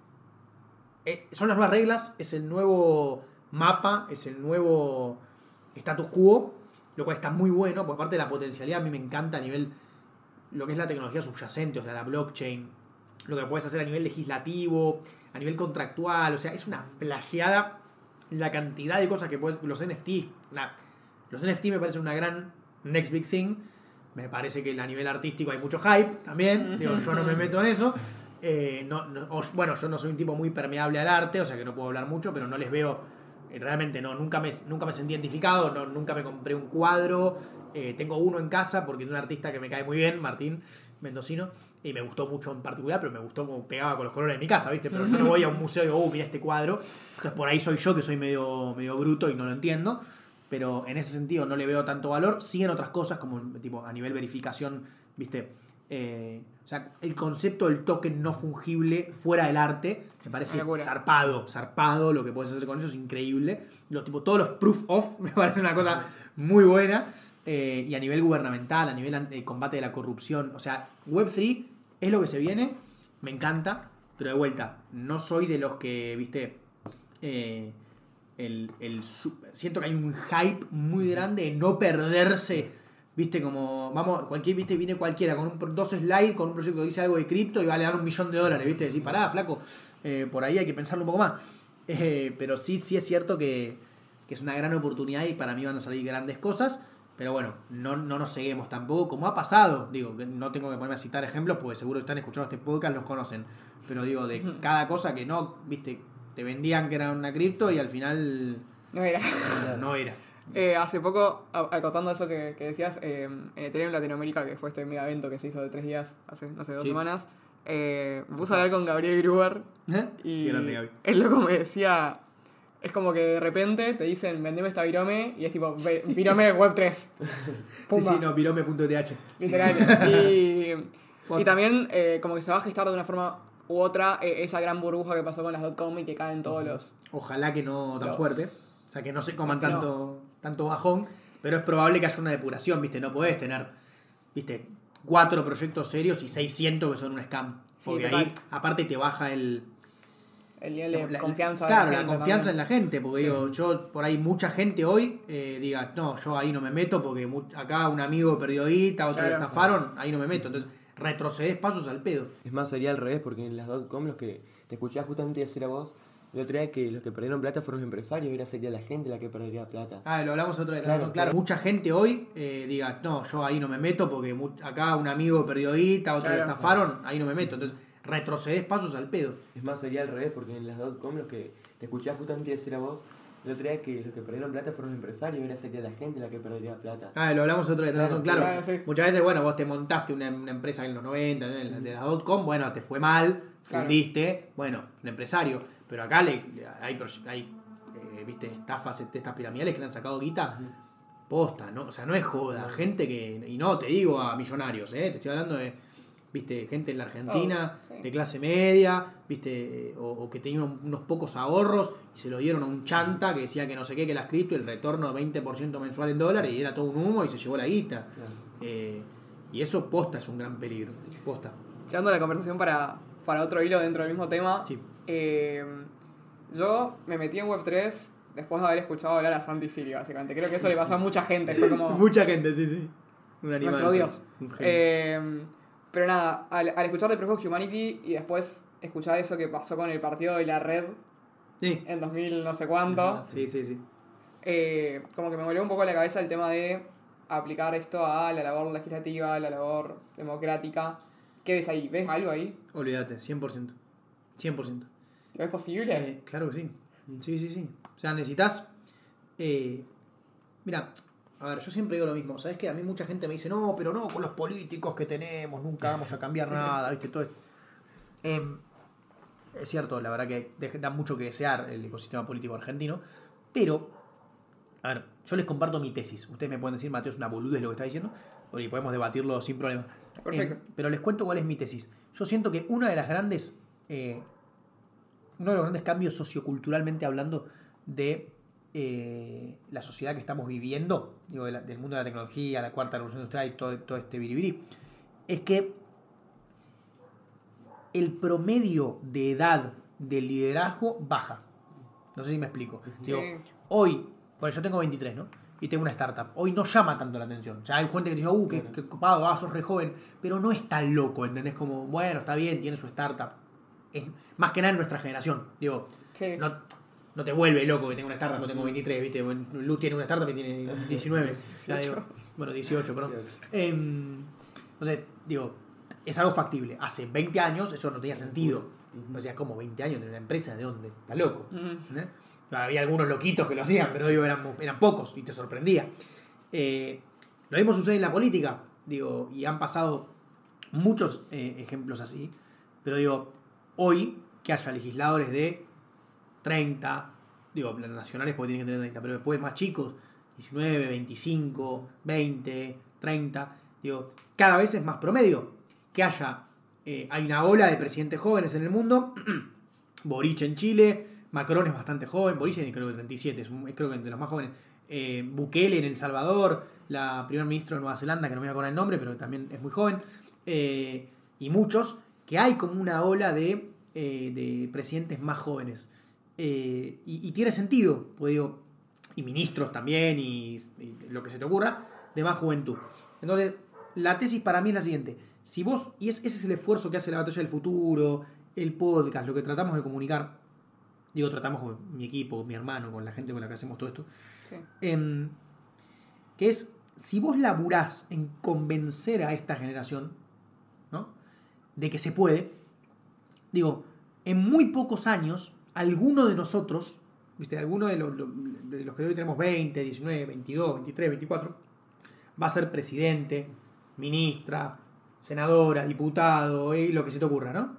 Eh, son las nuevas reglas, es el nuevo mapa, es el nuevo status quo, lo cual está muy bueno, por parte de la potencialidad, a mí me encanta a nivel. Lo que es la tecnología subyacente, o sea, la blockchain, lo que puedes hacer a nivel legislativo, a nivel contractual, o sea, es una flasheada la cantidad de cosas que puedes. Los N F T, una. Los N F T me parecen una gran next big thing. Me parece que a nivel artístico hay mucho hype también. Digo, yo no me meto en eso. Eh, no, no, o, bueno, yo no soy un tipo muy permeable al arte, o sea que no puedo hablar mucho, pero no les veo. Eh, realmente no, nunca me, nunca me sentí identificado, no, nunca me compré un cuadro. Eh, tengo uno en casa porque es un artista que me cae muy bien, Martín Mendocino, y me gustó mucho en particular, pero me gustó como pegaba con los colores de mi casa, ¿viste? Pero yo no voy a un museo y digo, uh, mira este cuadro. Entonces por ahí soy yo que soy medio, medio bruto y no lo entiendo. Pero en ese sentido no le veo tanto valor. Sí en otras cosas, como tipo a nivel verificación, ¿viste? Eh, o sea, el concepto del token no fungible fuera del arte me parece zarpado, zarpado. Lo que puedes hacer con eso es increíble. Los, tipo, todos los proof of me parece una cosa muy buena. Eh, y a nivel gubernamental, a nivel de combate de la corrupción. O sea, web tres es lo que se viene. Me encanta. Pero de vuelta, no soy de los que, ¿viste? Eh... El, el, siento que hay un hype muy grande de no perderse, viste, como vamos, cualquier, viste, viene cualquiera con un, dos slides, con un proyecto que dice algo de cripto y vale dar un millón de dólares, viste, decir, pará, flaco, eh, por ahí hay que pensarlo un poco más. Eh, pero sí, sí es cierto que, que es una gran oportunidad y para mí van a salir grandes cosas, pero bueno, no, no nos seguimos tampoco, como ha pasado, digo, no tengo que ponerme a citar ejemplos porque seguro están escuchando este podcast, los conocen, pero digo, de cada cosa que no, viste, te vendían que era una cripto y al final no era. No era. Eh, hace poco, acotando eso que, que decías, eh, en Ethereum Latinoamérica, que fue este mega evento que se hizo de tres días, hace, no sé, dos sí. semanas, eh, me puse a hablar con Gabriel Gruber ¿Eh? y el loco me decía, es como que de repente te dicen, vendeme esta Virome, y es tipo, Virome web tres. Sí, sí, no, virome punto t h. Literal. Y, y también eh, como que se va a gestar de una forma u otra, eh, esa gran burbuja que pasó con las .com y que caen todos los... Ojalá que no tan los... fuerte, o sea, que no se coman no. tanto, tanto bajón, pero es probable que haya una depuración, ¿viste? No podés tener, ¿viste? Cuatro proyectos serios y seiscientos que son un scam. Porque sí, ahí, aparte, te baja el... El nivel de la, confianza. Claro, de la, la confianza también. en la gente, porque sí. digo, yo, por ahí mucha gente hoy eh, diga, no, yo ahí no me meto porque mu- acá un amigo perdió guita, otro claro. le estafaron, ahí no me meto, entonces... retrocedes pasos al pedo. Es más, sería al revés, porque en las .com los que te escuchaba justamente decir a vos el otro día que los que perdieron plata fueron los empresarios, y ahora sería la gente la que perdería plata. Ah, lo hablamos otra vez. Claro, claro. claro. Mucha gente hoy eh, diga, no, yo ahí no me meto porque mu- acá un amigo perdió guita, otro claro. le estafaron, ahí no me meto. Entonces retrocedes pasos al pedo. Es más, sería al revés, porque en las .com los que te escuchaba justamente decir a vos el otro día que los que perdieron plata fueron los empresarios, ahora sería la gente la que perdería plata. Ah, lo hablamos otro día, tenés razón, claro. claro, sí. Muchas veces, bueno, vos te montaste una, una empresa en los noventa, ¿no? En la- de las dot-com, bueno, te fue mal, Claro. fundiste, bueno, un empresario. Pero acá le, hay, hay eh, viste, estafas, estas piramidales que le han sacado guita. Posta, ¿no? O sea, no es joda. Gente que, y no te digo a millonarios, ¿eh? Te estoy hablando de, viste, gente en la Argentina, Todos, sí. de clase media, viste, o, o que tenía unos, unos pocos ahorros y se lo dieron a un chanta que decía que no sé qué, que las cripto, y el retorno veinte por ciento mensual en dólares, y era todo un humo y se llevó la guita. Claro. Eh, y eso, posta, es un gran peligro. Posta. Llevando la conversación para, para otro hilo dentro del mismo tema. Sí. eh, yo me metí en web tres después de haber escuchado hablar a Santi Siri, básicamente. Creo que eso le pasó a mucha gente. Fue como Mucha gente, sí, sí. Un animal. nuestro dios. Un genio. Eh, pero nada, al, al escuchar The Proof of Humanity y después escuchar eso que pasó con el partido de la red Sí. en dos mil no sé cuánto, Sí, sí, sí. eh, como que me volvió un poco la cabeza el tema de aplicar esto a la labor legislativa, a la labor democrática. ¿Qué ves ahí? ¿Ves algo ahí? Olvídate, cien por ciento. cien por ciento. ¿Lo ves posible? Eh, claro que sí. Sí, sí, sí. O sea, necesitas... Eh, mira, a ver, yo siempre digo lo mismo. ¿Sabes qué? A mí mucha gente me dice, no, pero no, con los políticos que tenemos nunca vamos a cambiar nada, ¿viste? Todo esto. Eh, es cierto, la verdad que de- da mucho que desear el ecosistema político argentino, pero, a ver, yo les comparto mi tesis. Ustedes me pueden decir, Mateo, es una boludez lo que está diciendo, y podemos debatirlo sin problema. Perfecto. Eh, pero les cuento cuál es mi tesis. Yo siento que una de las grandes... eh, uno de los grandes cambios socioculturalmente hablando de eh, la sociedad que estamos viviendo, digo, de la- del mundo de la tecnología, la cuarta revolución industrial y todo, todo este biribiri, es que el promedio de edad del liderazgo baja. No sé si me explico. Digo, hoy, bueno, yo tengo veintitrés, ¿no? Y tengo una startup. Hoy no llama tanto la atención. O sea, hay gente que dice, uh, qué, qué copado, ah, sos re joven. Pero no es tan loco, ¿entendés? Como, bueno, está bien, tiene su startup. Es más que nada en nuestra generación. Digo, Sí. no, no te vuelve loco que tenga una startup, no tengo veintitrés, ¿viste? Bueno, Luz tiene una startup y tiene diecinueve. Ya digo, bueno, dieciocho, perdón. Eh, entonces, digo, es algo factible. Hace veinte años eso no tenía sentido. O sea, como veinte años de una empresa, ¿de dónde? Está loco. Ujú. ¿Eh? Había algunos loquitos que lo hacían, pero digo, eran, eran pocos y te sorprendía. Eh, lo mismo sucede en la política, digo, y han pasado muchos eh, ejemplos así, pero digo, hoy que haya legisladores de treinta, digo, los nacionales porque tienen que tener treinta, pero después más chicos, diecinueve, veinticinco, veinte, treinta, digo, cada vez es más promedio. Que haya, eh, hay una ola de presidentes jóvenes en el mundo, Boric en Chile, Macron es bastante joven, Boric es creo que treinta y siete, es, un- es creo que de los más jóvenes, eh, Bukele en El Salvador, la primer ministro de Nueva Zelanda, que no me voy a acordar el nombre, pero también es muy joven, eh, y muchos, que hay como una ola de, eh, de presidentes más jóvenes. Eh, y, y tiene sentido, pues digo, y ministros también, y, y lo que se te ocurra, de más juventud. Entonces, la tesis para mí es la siguiente. Si vos, y es, ese es el esfuerzo que hace la Batalla del Futuro, el podcast, lo que tratamos de comunicar, digo, tratamos con mi equipo, mi hermano, con la gente con la que hacemos todo esto, Sí. em, que es, si vos laburás en convencer a esta generación, ¿no?, de que se puede, digo, en muy pocos años, alguno de nosotros, ¿viste? Alguno de los, de los que hoy tenemos veinte, diecinueve, veintidós, veintitrés, veinticuatro, va a ser presidente, ministra, senadora, diputado, eh, lo que se te ocurra, ¿no?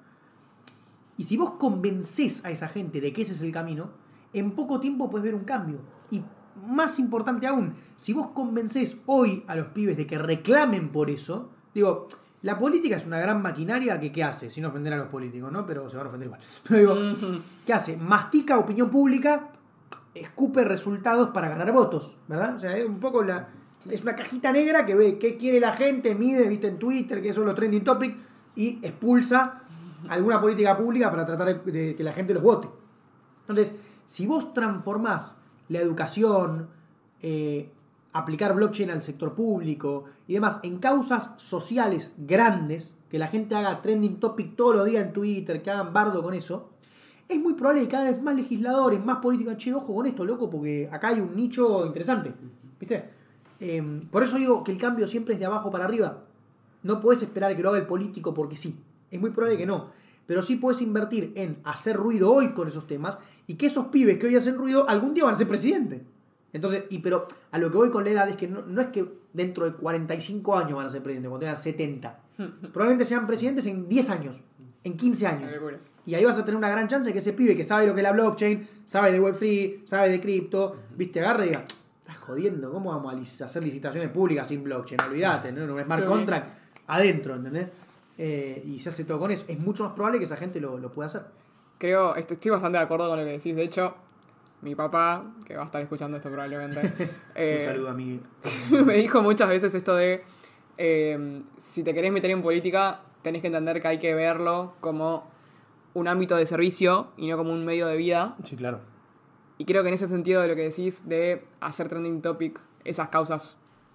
Y si vos convencés a esa gente de que ese es el camino, en poco tiempo puedes ver un cambio. Y más importante aún, si vos convencés hoy a los pibes de que reclamen por eso, digo, la política es una gran maquinaria que ¿qué hace? Sin ofender a los políticos, ¿no? Pero se van a ofender igual. Pero digo, ¿qué hace? Mastica opinión pública, escupe resultados para ganar votos, ¿verdad? O sea, es un poco la... Es una cajita negra que ve qué quiere la gente, mide, viste, en Twitter, qué son los trending topics, y expulsa alguna política pública para tratar de que la gente los vote. Entonces, si vos transformás la educación, eh, aplicar blockchain al sector público y demás en causas sociales grandes, que la gente haga trending topic todos los días en Twitter, que hagan bardo con eso, es muy probable que cada vez más legisladores, más políticos, che, ojo con esto, loco, porque acá hay un nicho interesante, ¿viste? Eh, por eso digo que el cambio siempre es de abajo para arriba. No puedes esperar que lo haga el político porque sí. Es muy probable que no. Pero sí puedes invertir en hacer ruido hoy con esos temas Y que esos pibes que hoy hacen ruido algún día van a ser presidentes. Entonces, y pero a lo que voy con la edad es que no, no es que dentro de cuarenta y cinco años van a ser presidentes, cuando tengan setenta. Probablemente sean presidentes en diez años, en quince años. Y ahí vas a tener una gran chance de que ese pibe que sabe lo que es la blockchain, sabe de web tres, sabe de cripto, viste, agarra y diga, estás jodiendo, ¿cómo vamos a lic- hacer licitaciones públicas sin blockchain? Olvídate, ¿no? Un smart contract adentro, ¿entendés? Eh, y se hace todo con eso. Es mucho más probable que esa gente lo, lo pueda hacer. Creo, est- estoy bastante de acuerdo con lo que decís. De hecho, mi papá, que va a estar escuchando esto probablemente, eh, Un saludo a mi... me dijo muchas veces esto de, eh, si te querés meter en política, tenés que entender que hay que verlo como un ámbito de servicio y no como un medio de vida. Sí, claro. Y creo que en ese sentido de lo que decís de hacer trending topic esas causas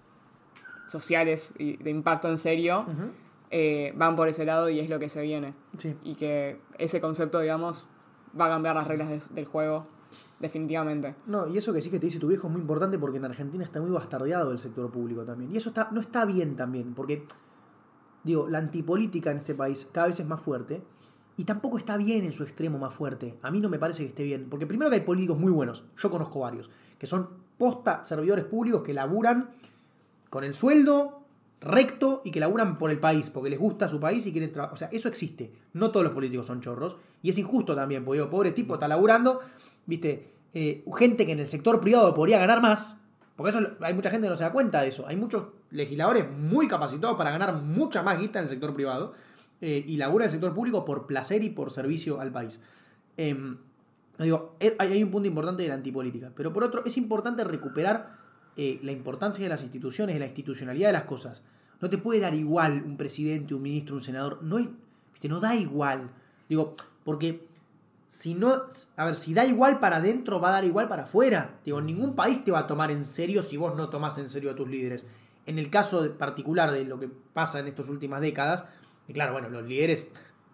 sociales y de impacto en serio, Uh-huh. eh, van por ese lado y es lo que se viene. Sí. Y que ese concepto, digamos, va a cambiar las reglas de- del juego definitivamente. No, y eso que sí que te dice tu viejo es muy importante porque en Argentina está muy bastardeado el sector público también. Y eso está, no está bien también, porque, digo, la antipolítica en este país cada vez es más fuerte y tampoco está bien en su extremo más fuerte. A mí no me parece que esté bien, porque primero que hay políticos muy buenos, yo conozco varios, que son posta servidores públicos que laburan con el sueldo recto y que laburan por el país, porque les gusta su país y quieren trabajar. O sea, eso existe. No todos los políticos son chorros. Y es injusto también, porque digo, pobre tipo, está laburando, viste, eh, gente que en el sector privado podría ganar más, porque eso hay mucha gente que no se da cuenta de eso. Hay muchos legisladores muy capacitados para ganar mucha más guita en el sector privado eh, y laburan en el sector público por placer y por servicio al país. Eh, digo, hay, hay un punto importante de la antipolítica, pero por otro, es importante recuperar eh, la importancia de las instituciones, de la institucionalidad de las cosas. No te puede dar igual un presidente, un ministro, un senador. No, es, ¿viste? No da igual. Digo, porque si no, a ver, si da igual para adentro, va a dar igual para afuera. Digo, ningún país te va a tomar en serio si vos no tomás en serio a tus líderes. En el caso de, particular de lo que pasa en estas últimas décadas, y claro, bueno, los líderes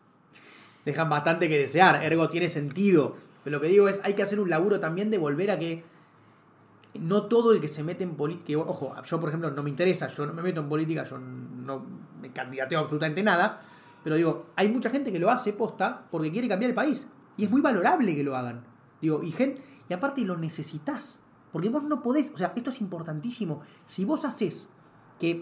dejan bastante que desear, ergo tiene sentido. Pero lo que digo es, hay que hacer un laburo también de volver a que no todo el que se mete en política, ojo, yo por ejemplo no me interesa, yo no me meto en política, yo no me candidateo a absolutamente nada, pero digo, hay mucha gente que lo hace posta porque quiere cambiar el país y es muy valorable que lo hagan. Digo, y gente, y aparte lo necesitas, porque vos no podés, o sea, esto es importantísimo. Si vos haces que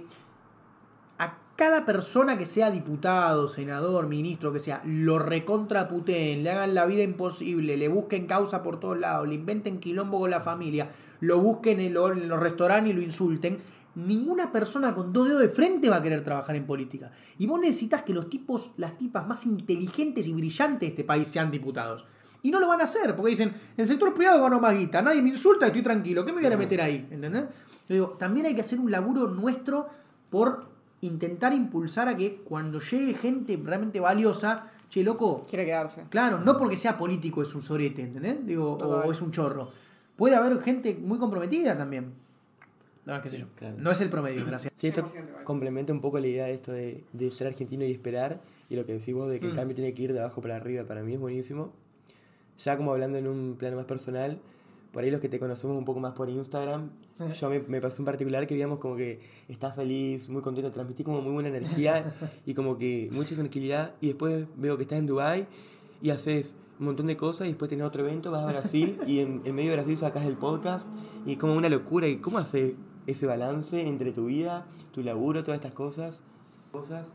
a cada persona que sea diputado, senador, ministro, que sea, lo recontraputeen, le hagan la vida imposible, le busquen causa por todos lados, le inventen quilombo con la familia, lo busquen en, lo, en los restaurantes y lo insulten, ninguna persona con dos dedos de frente va a querer trabajar en política. Y vos necesitas que los tipos, las tipas más inteligentes y brillantes de este país sean diputados. Y no lo van a hacer, porque dicen, en el sector privado gano más guita, nadie me insulta, estoy tranquilo, ¿qué me voy a meter ahí? ¿Entendés? Yo digo, también hay que hacer un laburo nuestro por intentar impulsar a que cuando llegue gente realmente valiosa, che, loco, Quiere quedarse. claro, no porque sea político es un sorete, ¿entendés? Digo, o es un chorro. Puede haber gente muy comprometida también. No, qué sé yo. Claro. No es el promedio, gracias. Sí, esto cien por ciento igual. complementa un poco la idea de esto de, de ser argentino y esperar, y lo que decís vos de que Mm. el cambio tiene que ir de abajo para arriba, para mí es buenísimo. Ya como hablando en un plano más personal, por ahí los que te conocemos un poco más por Instagram, Sí. yo me, me pasó en particular que digamos como que estás feliz, muy contento, transmitís como muy buena energía y como que mucha tranquilidad, y después veo que estás en Dubái y haces un montón de cosas y después tenés otro evento, vas a Brasil y en, en medio de Brasil sacás el podcast y es como una locura. ¿Y cómo haces ese balance entre tu vida, tu laburo, todas estas cosas? cosas?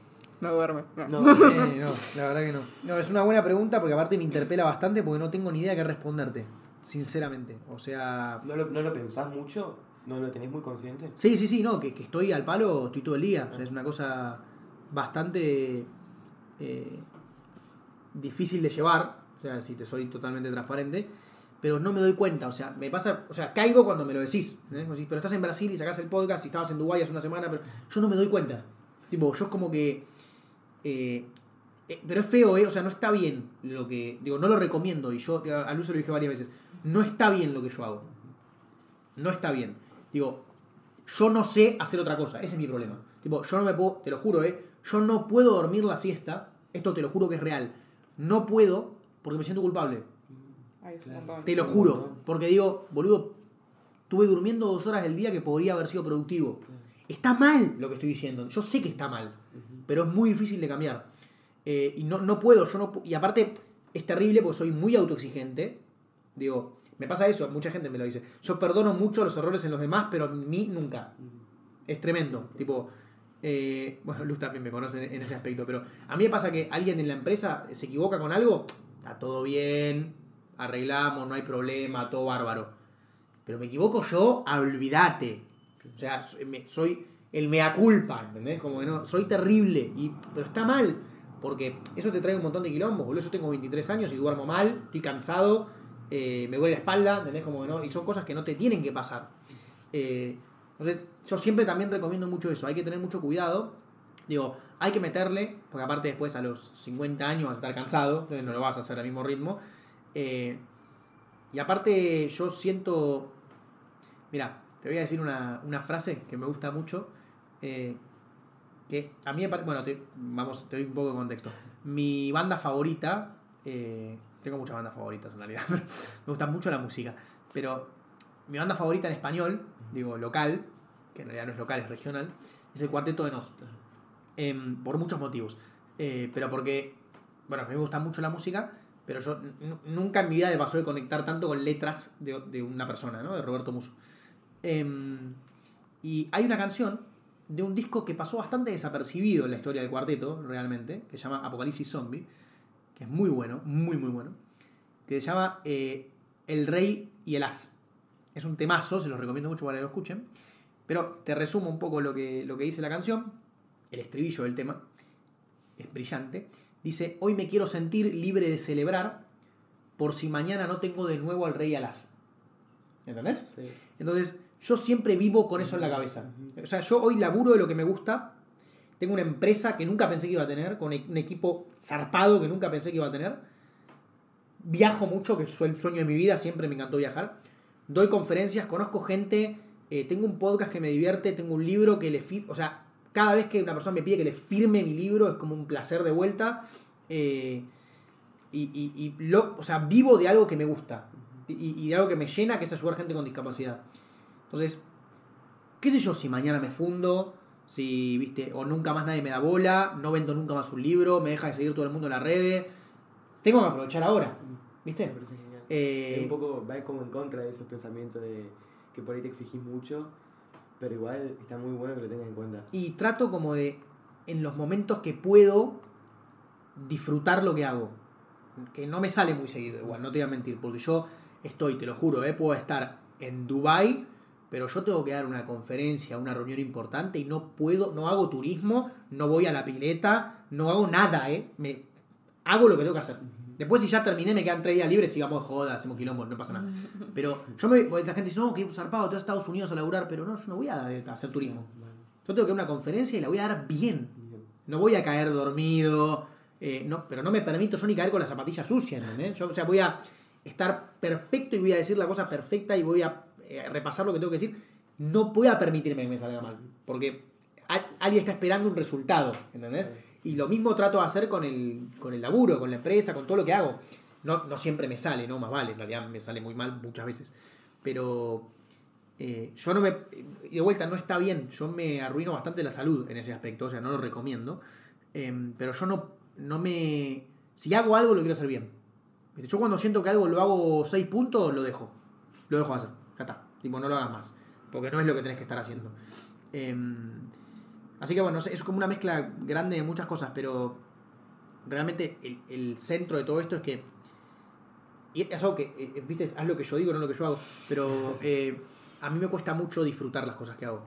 No duerme. No. No, Eh, no, la verdad que no. No, es una buena pregunta porque aparte me interpela bastante porque no tengo ni idea qué responderte, sinceramente. O sea... ¿No lo, ¿No lo pensás mucho? ¿No lo tenés muy consciente? Sí, sí, sí, no, que, que estoy al palo, estoy todo el día. O sea, es una cosa bastante eh, difícil de llevar, o sea, si te soy totalmente transparente, pero no me doy cuenta, o sea, me pasa, o sea, caigo cuando me lo decís, ¿eh? Decís, pero estás en Brasil y sacás el podcast y estabas en Dubái hace una semana, pero yo no me doy cuenta. Tipo, yo es como que... eh, eh, pero es feo, ¿eh? O sea, no está bien lo que... Digo, no lo recomiendo, y yo a Luz se lo dije varias veces, no está bien lo que yo hago. No está bien. Digo, yo no sé hacer otra cosa, ese es mi problema. Tipo, yo no me puedo, te lo juro, ¿eh? Yo no puedo dormir la siesta, esto te lo juro que es real. No puedo porque me siento culpable. Ay, es un montón. Te lo juro. Porque digo, boludo, estuve durmiendo dos horas del día que podría haber sido productivo. Está mal lo que estoy diciendo. Yo sé que está mal, pero es muy difícil de cambiar. Eh, y no, no puedo, yo no pu- y aparte es terrible porque soy muy autoexigente Digo, me pasa eso, mucha gente me lo dice. Yo perdono mucho los errores en los demás, pero en mí nunca. Es tremendo. Tipo, eh, bueno, Luz también me conoce en ese aspecto, pero a mí me pasa que alguien en la empresa se equivoca con algo, está todo bien, arreglamos, no hay problema, todo bárbaro. Pero me equivoco yo, olvídate. O sea, soy el mea culpa, ¿entendés? Como que no, soy terrible, y, pero está mal, porque eso te trae un montón de quilombos, boludo. Yo tengo veintitrés años y duermo mal, estoy cansado, eh, me duele la espalda, ¿entendés? Como que no, y son cosas que no te tienen que pasar. Eh, entonces, yo siempre también recomiendo mucho eso, hay que tener mucho cuidado. Digo, hay que meterle, porque aparte después a los cincuenta años vas a estar cansado, entonces no lo vas a hacer al mismo ritmo. Eh, y aparte yo siento... Mira, te voy a decir una, una frase que me gusta mucho, eh, que a mí me parece... Bueno, te, vamos, te doy un poco de contexto. Mi banda favorita... Eh, tengo muchas bandas favoritas en realidad, pero me gusta mucho la música. Pero mi banda favorita en español, digo local, que en realidad no es local, es regional, es el Cuarteto de Nos. Eh, por muchos motivos. Eh, pero porque... Bueno, a mí me gusta mucho la música, pero yo n- nunca en mi vida me pasó de conectar tanto con letras de, de una persona, ¿no? De Roberto Musso. Eh, y hay una canción de un disco que pasó bastante desapercibido en la historia del cuarteto, realmente, que se llama Apocalipsis Zombie, que es muy bueno, muy muy bueno, que se llama eh, El Rey y el As. Es un temazo, se los recomiendo mucho para que lo escuchen, pero te resumo un poco lo que, lo que dice la canción. El estribillo del tema es brillante. Dice: hoy me quiero sentir libre de celebrar por si mañana no tengo de nuevo al rey y al as. ¿Entendés? Sí. Entonces, yo siempre vivo con eso en la cabeza. O sea, yo hoy laburo de lo que me gusta. Tengo una empresa que nunca pensé que iba a tener, con un equipo zarpado que nunca pensé que iba a tener. Viajo mucho, que es el sueño de mi vida, siempre me encantó viajar. Doy conferencias, conozco gente, eh, tengo un podcast que me divierte, tengo un libro que le... Fi- o sea, cada vez que una persona me pide que le firme mi libro es como un placer de vuelta. Eh, y, y, y lo, o sea, vivo de algo que me gusta. Y, y de algo que me llena, que es ayudar a gente con discapacidad. Entonces, qué sé yo si mañana me fundo, si, viste, o nunca más nadie me da bola, no vendo nunca más un libro, me deja de seguir todo el mundo en las redes. Tengo que aprovechar ahora, ¿viste? Me parece genial. Eh, Es un poco, va como en contra de esos pensamientos de que por ahí te exigís mucho, pero igual está muy bueno que lo tengas en cuenta. Y trato como de, en los momentos que puedo, disfrutar lo que hago. Que no me sale muy seguido, igual, no te voy a mentir, porque yo estoy, te lo juro, eh, puedo estar en Dubái, pero yo tengo que dar una conferencia, una reunión importante y no puedo, no hago turismo, no voy a la pileta, no hago nada, eh. Me, hago lo que tengo que hacer. Después, si ya terminé, me quedan tres días libres, sigamos de joda, hacemos quilombo, no pasa nada. Pero yo me, la gente dice, no, que zarpado, te vas a Estados Unidos a laburar, pero no, yo no voy a, a hacer turismo. Yo tengo que dar una conferencia y la voy a dar bien. No voy a caer dormido, eh, no, pero no me permito yo ni caer con la zapatilla sucia, ¿entendés? Yo, o sea, voy a estar perfecto y voy a decir la cosa perfecta y voy a eh, repasar lo que tengo que decir. No voy a permitirme que me salga mal, porque a, alguien está esperando un resultado, ¿entendés? Y lo mismo trato de hacer con el, con el laburo, con la empresa, con todo lo que hago. No, no siempre me sale, no, más vale, en realidad me sale muy mal muchas veces. Pero eh, yo no me... Y de vuelta, no está bien, yo me arruino bastante la salud en ese aspecto, o sea, no lo recomiendo. Eh, pero yo no, no me... Si hago algo, lo quiero hacer bien. Yo cuando siento que algo lo hago seis puntos, lo dejo. Lo dejo de hacer, ya está. Tipo, no lo hagas más, porque no es lo que tenés que estar haciendo. Eh, Así que bueno, es como una mezcla grande de muchas cosas, pero realmente el, el centro de todo esto es que, y es algo que, eh, viste, haz lo que yo digo, no lo que yo hago, pero eh, a mí me cuesta mucho disfrutar las cosas que hago,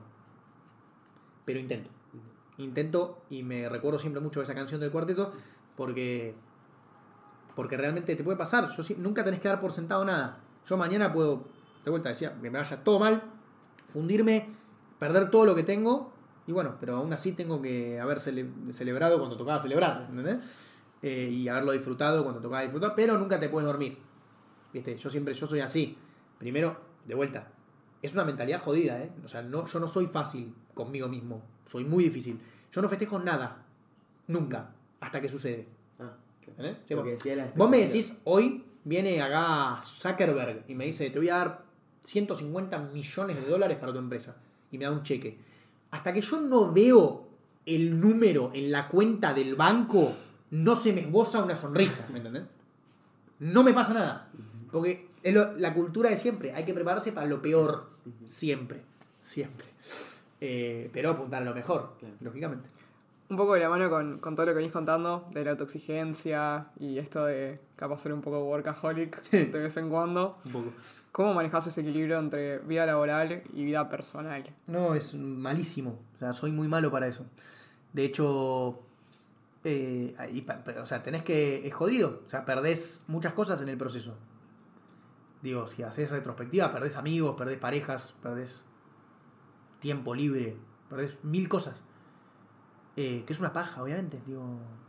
pero intento, intento y me recuerdo siempre mucho de esa canción del cuarteto, porque, porque realmente te puede pasar, yo nunca tenés que dar por sentado nada. Yo mañana puedo, de vuelta decía, que me vaya todo mal, fundirme, perder todo lo que tengo. Y bueno, pero aún así tengo que haber cele- celebrado cuando tocaba celebrar, ¿entendés? Eh, y haberlo disfrutado cuando tocaba disfrutar, pero nunca te puedes dormir. ¿Viste? Yo siempre, yo soy así. Primero, de vuelta, es una mentalidad jodida, ¿eh? O sea, no, yo no soy fácil conmigo mismo, soy muy difícil. Yo no festejo nada, nunca, hasta que sucede. Ah, claro. ¿Eh? Lo que decía la Vos me expectativa. decís, hoy viene acá Zuckerberg y me dice, te voy a dar ciento cincuenta millones de dólares para tu empresa. Y me da un cheque. Hasta que yo no veo el número en la cuenta del banco, no se me esboza una sonrisa, ¿me entendés? No me pasa nada. Porque es lo, la cultura de siempre. Hay que prepararse para lo peor. Siempre. Siempre. Eh, pero apuntar a lo mejor, claro. Lógicamente. Un poco de la mano con, con todo lo que venís contando, de la autoexigencia y esto de capaz ser un poco workaholic de vez en cuando. Un poco. ¿Cómo manejás ese equilibrio entre vida laboral y vida personal? No, es malísimo. O sea, soy muy malo para eso. De hecho, eh, y, o sea, tenés que... Es jodido. O sea, perdés muchas cosas en el proceso. Digo, si haces retrospectiva, perdés amigos, perdés parejas, perdés tiempo libre, perdés mil cosas. Eh, que es una paja, obviamente. Digo,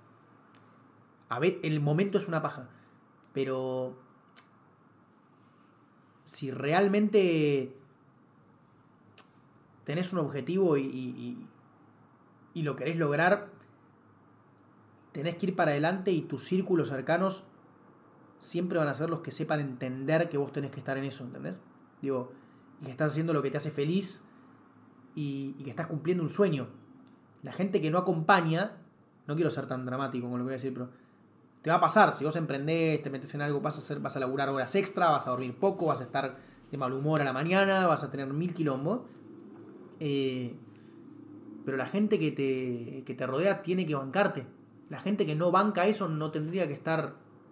a ver, el momento es una paja. Pero si realmente tenés un objetivo y, y, y lo querés lograr, tenés que ir para adelante y tus círculos cercanos siempre van a ser los que sepan entender que vos tenés que estar en eso, ¿entendés? Digo, y que estás haciendo lo que te hace feliz y, y que estás cumpliendo un sueño. La gente que no acompaña, no quiero ser tan dramático con lo que voy a decir, pero te va a pasar. Si vos emprendés, te metes en algo, vas a, hacer, vas a laburar horas extra, vas a dormir poco, vas a estar de mal humor a la mañana, vas a tener mil quilombos. Eh, pero la gente que te, que te rodea tiene que bancarte. La gente que no banca eso no tendría que estar...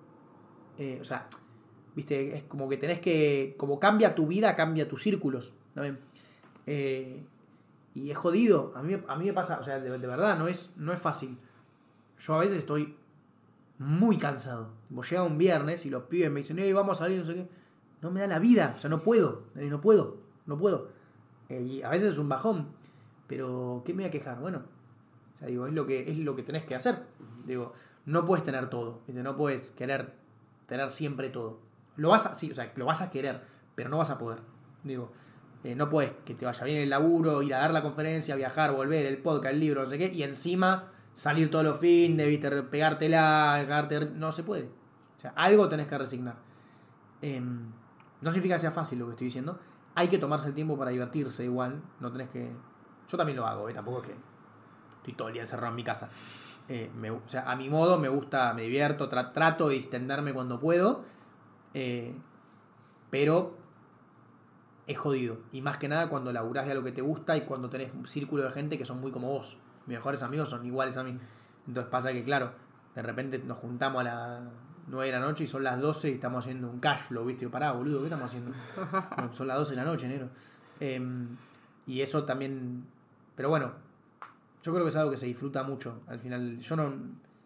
Eh, o sea, viste, es como que tenés que... Como cambia tu vida, cambia tus círculos. ¿También? Eh, y es jodido. A mí, a mí me pasa, o sea, de, de verdad, no es, no es fácil. Yo a veces estoy muy cansado. Vos llega un viernes y los pibes me dicen, hey, vamos a salir, no sé qué. No me da la vida, o sea, no puedo, no puedo, no puedo. Eh, y a veces es un bajón. Pero, ¿qué me voy a quejar? Bueno, o sea, digo, es lo que, es lo que tenés que hacer. Digo, no puedes tener todo, ¿viste? No puedes querer tener siempre todo. Lo vas a, sí, o sea, lo vas a querer, pero no vas a poder. Digo, eh, no puedes que te vaya bien el laburo, ir a dar la conferencia, viajar, volver, el podcast, el libro, no sé qué, y encima salir todos los fines, ¿viste? Pegártela, cagarte, no se puede. O sea, algo tenés que resignar. Eh, no significa que sea fácil lo que estoy diciendo. Hay que tomarse el tiempo para divertirse igual. No tenés que... Yo también lo hago, ¿eh? Tampoco es que estoy todo el día encerrado en mi casa. Eh, me, o sea, a mi modo me gusta, me divierto, tra- trato de distenderme cuando puedo. Eh, pero es jodido. Y más que nada cuando laburás de algo que te gusta y cuando tenés un círculo de gente que son muy como vos. Mis mejores amigos son iguales a mí. Entonces pasa que, claro, de repente nos juntamos a las nueve de la noche y son las doce y estamos haciendo un cash flow, ¿viste? Pará, boludo, ¿qué estamos haciendo? No, son las doce de la noche, negro. Eh, y eso también... Pero bueno, yo creo que es algo que se disfruta mucho. Al final, yo no...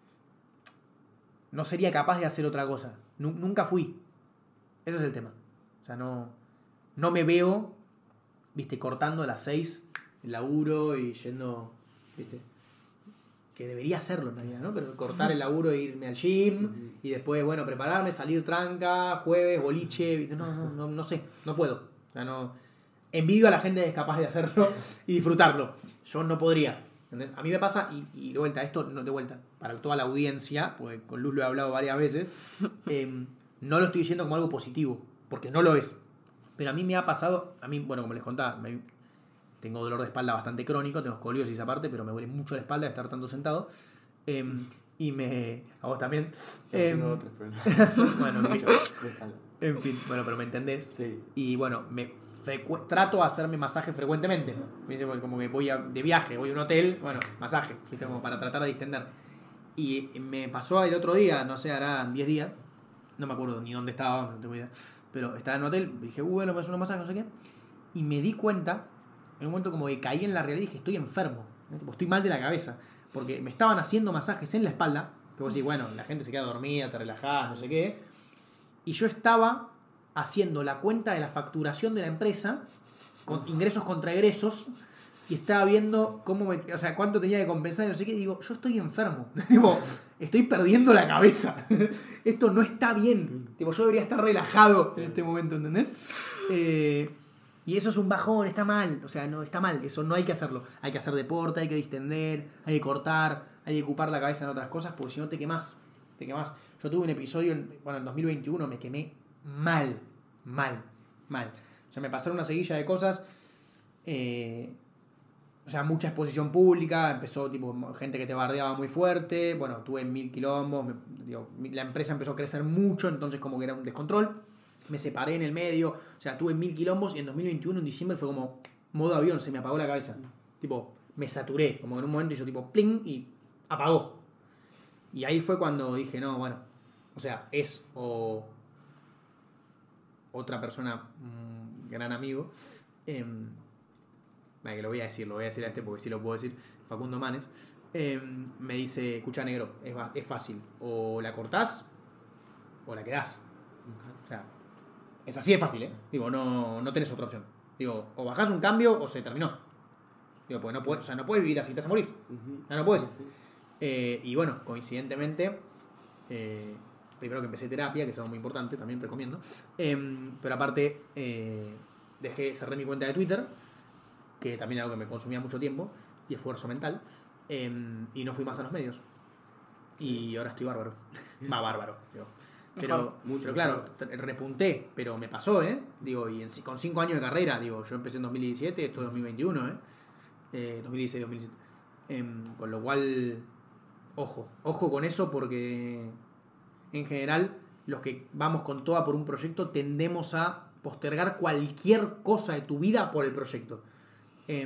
No sería capaz de hacer otra cosa. Nunca fui. Ese es el tema. O sea, no... No me veo, ¿viste? Cortando a las seis el laburo y yendo... ¿Viste? Que debería hacerlo en realidad, ¿no? Pero cortar el laburo e irme al gym y después, bueno, prepararme, salir tranca, jueves, boliche, ¿viste? No, no, no, no sé, no puedo. O sea, no... Envidio a la gente que es capaz de hacerlo y disfrutarlo. Yo no podría. ¿Entendés? A mí me pasa, y, y de vuelta, esto no de vuelta, para toda la audiencia, porque con Luz lo he hablado varias veces, eh, no lo estoy diciendo como algo positivo, porque no lo es. Pero a mí me ha pasado, a mí, bueno, como les contaba, me, tengo dolor de espalda bastante crónico, tengo escoliosis aparte, pero me duele mucho la espalda de estar tanto sentado. Eh, y me... A vos también. Eh, tengo otros problemas. Bueno, en fin. En fin, bueno, pero me entendés. Sí. Y bueno, me frecu- trato de hacerme masaje frecuentemente. Como que voy a, de viaje, voy a un hotel, bueno, masaje, ¿viste? Como para tratar de distender. Y me pasó el otro día, no sé, harán diez días, no me acuerdo ni dónde estaba, no tengo idea, pero estaba en un hotel, dije, uh, bueno, me hace un masaje, no sé qué. Y me di cuenta, en un momento como que caí en la realidad y dije, estoy enfermo, ¿no? Estoy mal de la cabeza. Porque me estaban haciendo masajes en la espalda, que vos decís, bueno, la gente se queda dormida, te relajás, no sé qué. Y yo estaba haciendo la cuenta de la facturación de la empresa, con ingresos contra egresos, y estaba viendo cómo me, o sea, cuánto tenía que compensar y no sé qué. Y digo, yo estoy enfermo. Tipo, estoy perdiendo la cabeza. Esto no está bien. Tipo, yo debería estar relajado en este momento, ¿entendés? Eh, y eso es un bajón, está mal. O sea, no está mal. Eso no hay que hacerlo. Hay que hacer deporte, hay que distender, hay que cortar, hay que ocupar la cabeza en otras cosas, porque si no te quemás. Te quemás. Yo tuve un episodio, en, bueno, en dos mil veintiuno me quemé mal. Mal. Mal. O sea, me pasaron una seguilla de cosas. Eh, o sea, mucha exposición pública. Empezó, tipo, gente que te bardeaba muy fuerte. Bueno, tuve mil quilombos. Me, digo, la empresa empezó a crecer mucho, entonces como que era un descontrol. me separé en el medio, o sea, tuve mil quilombos y en dos mil veintiuno, en diciembre, fue como modo avión, se me apagó la cabeza. Tipo, me saturé, como en un momento hizo tipo pling y apagó. Y ahí fue cuando dije, no, bueno, o sea, es o otra persona, un gran amigo, eh, vale, que lo voy a decir, lo voy a decir a este porque sí lo puedo decir, Facundo Manes, eh, me dice, escucha negro, es, es fácil, o la cortás o la quedás. O sea, es así de fácil, ¿eh? Digo, no, no tenés otra opción. Digo, o bajás un cambio o se terminó. Digo, pues no puedes, o sea, no puedes vivir así, te vas a morir. Uh-huh. No, no puedes. Sí, sí. Eh, y bueno, coincidentemente, eh, primero que empecé terapia, que es algo muy importante, también recomiendo. Eh, pero aparte, eh, dejé, cerré mi cuenta de Twitter, que también es algo que me consumía mucho tiempo y esfuerzo mental. Eh, y no fui más a los medios. Y ahora estoy bárbaro. Va, bárbaro. Digo. Pero, Mucho pero claro, repunté, pero me pasó, ¿eh? Digo, y en, con cinco años de carrera, digo, yo empecé en dos mil diecisiete, esto es dos mil veintiuno, ¿eh? eh dos mil dieciséis, dos mil diecisiete. Eh, con lo cual, ojo, ojo con eso porque en general los que vamos con toda por un proyecto tendemos a postergar cualquier cosa de tu vida por el proyecto. Eh,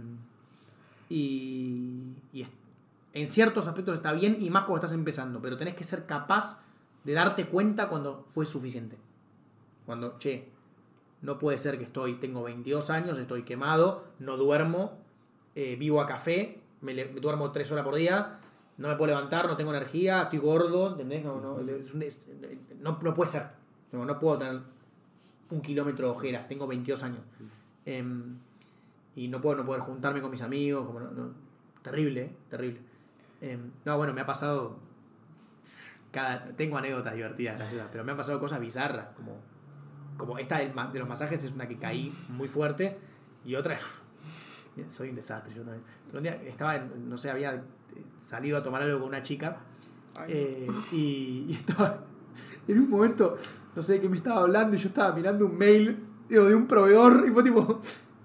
y, y en ciertos aspectos está bien y más cuando estás empezando, pero tenés que ser capaz de darte cuenta cuando fue suficiente. Cuando, che, no puede ser que estoy, tengo veintidós años, estoy quemado, no duermo, eh, vivo a café, me, le, me duermo tres horas por día, no me puedo levantar, no tengo energía, estoy gordo, ¿entendés? No, no, es un, es, no, no puede ser. No, no puedo tener un kilómetro de ojeras, tengo veintidós años. Eh, y no puedo no poder juntarme con mis amigos, como no, no, terrible, ¿eh? Terrible. Eh, no, bueno, me ha pasado... Cada, tengo anécdotas divertidas, graciosas, pero me han pasado cosas bizarras, como, como esta de, de los masajes es una que caí muy fuerte y otra, soy un desastre yo también. Un día estaba, en, no sé, había salido a tomar algo con una chica eh, y, y estaba en un momento, no sé de qué me estaba hablando y yo estaba mirando un mail digo, de un proveedor y fue tipo,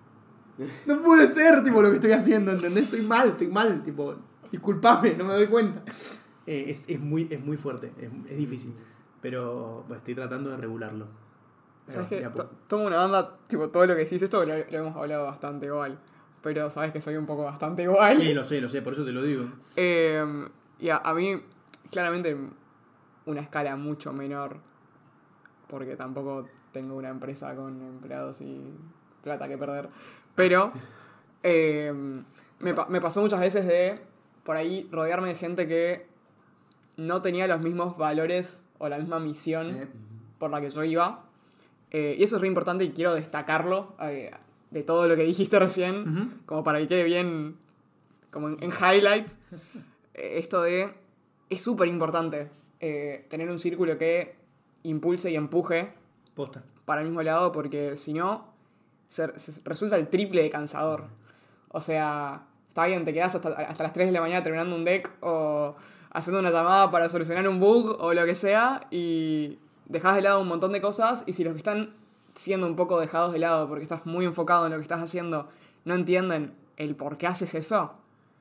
no puede ser tipo lo que estoy haciendo, ¿entendés? Estoy mal, estoy mal, tipo, disculpame, no me doy cuenta. Eh, es, es, muy, es muy fuerte, es, es difícil, pero pues, estoy tratando de regularlo. ¿Sabes qué? Tomo una banda, tipo, todo lo que decís, esto lo, lo hemos hablado bastante igual, pero sabes que soy un poco bastante igual. Sí, lo sé, lo sé, por eso te lo digo. Eh, y a, a mí, claramente, una escala mucho menor, porque tampoco tengo una empresa con empleados y plata que perder, pero eh, me, me pasó muchas veces de, por ahí, rodearme de gente que no tenía los mismos valores o la misma misión eh. por la que yo iba. Eh, y eso es re importante y quiero destacarlo eh, de todo lo que dijiste recién, uh-huh. como para que quede bien como en, en highlight. Eh, esto de... Es súper importante eh, tener un círculo que impulse y empuje Posta. para el mismo lado, porque si no, se, se resulta el triple de cansador. O sea, está bien, te quedas hasta, hasta las tres de la mañana terminando un deck o haciendo una llamada para solucionar un bug o lo que sea y dejas de lado un montón de cosas y si los que están siendo un poco dejados de lado porque estás muy enfocado en lo que estás haciendo no entienden el por qué haces eso,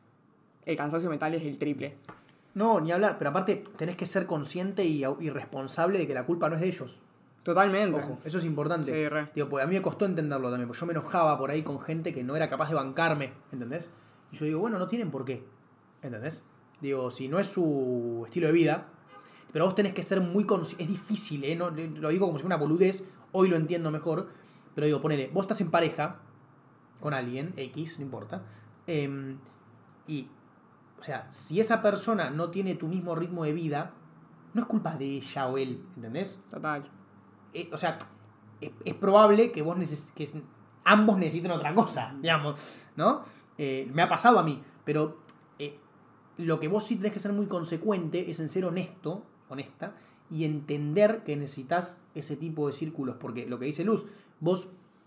el cansancio mental es el triple. No, ni hablar, pero aparte tenés que ser consciente y, y responsable de que la culpa no es de ellos. Totalmente. Ojo, eso es importante. Sí, re. Digo, pues a mí me costó entenderlo también, porque yo me enojaba por ahí con gente que no era capaz de bancarme, ¿entendés? Y yo digo, bueno, no tienen por qué, ¿entendés? Digo, si no es su estilo de vida, pero vos tenés que ser muy consciente. Es difícil, ¿eh? No, lo digo como si fuera una boludez, hoy lo entiendo mejor, pero digo, ponele, vos estás en pareja con alguien, X, no importa, eh, y, o sea, si esa persona no tiene tu mismo ritmo de vida, no es culpa de ella o él, ¿entendés? Total. Eh, o sea, es, es probable que vos neces- que ambos necesiten otra cosa, digamos, ¿no? Eh, me ha pasado a mí, pero eh, lo que vos sí tenés que ser muy consecuente es en ser honesto, honesta, y entender que necesitas ese tipo de círculos, porque lo que dice Luz, vos,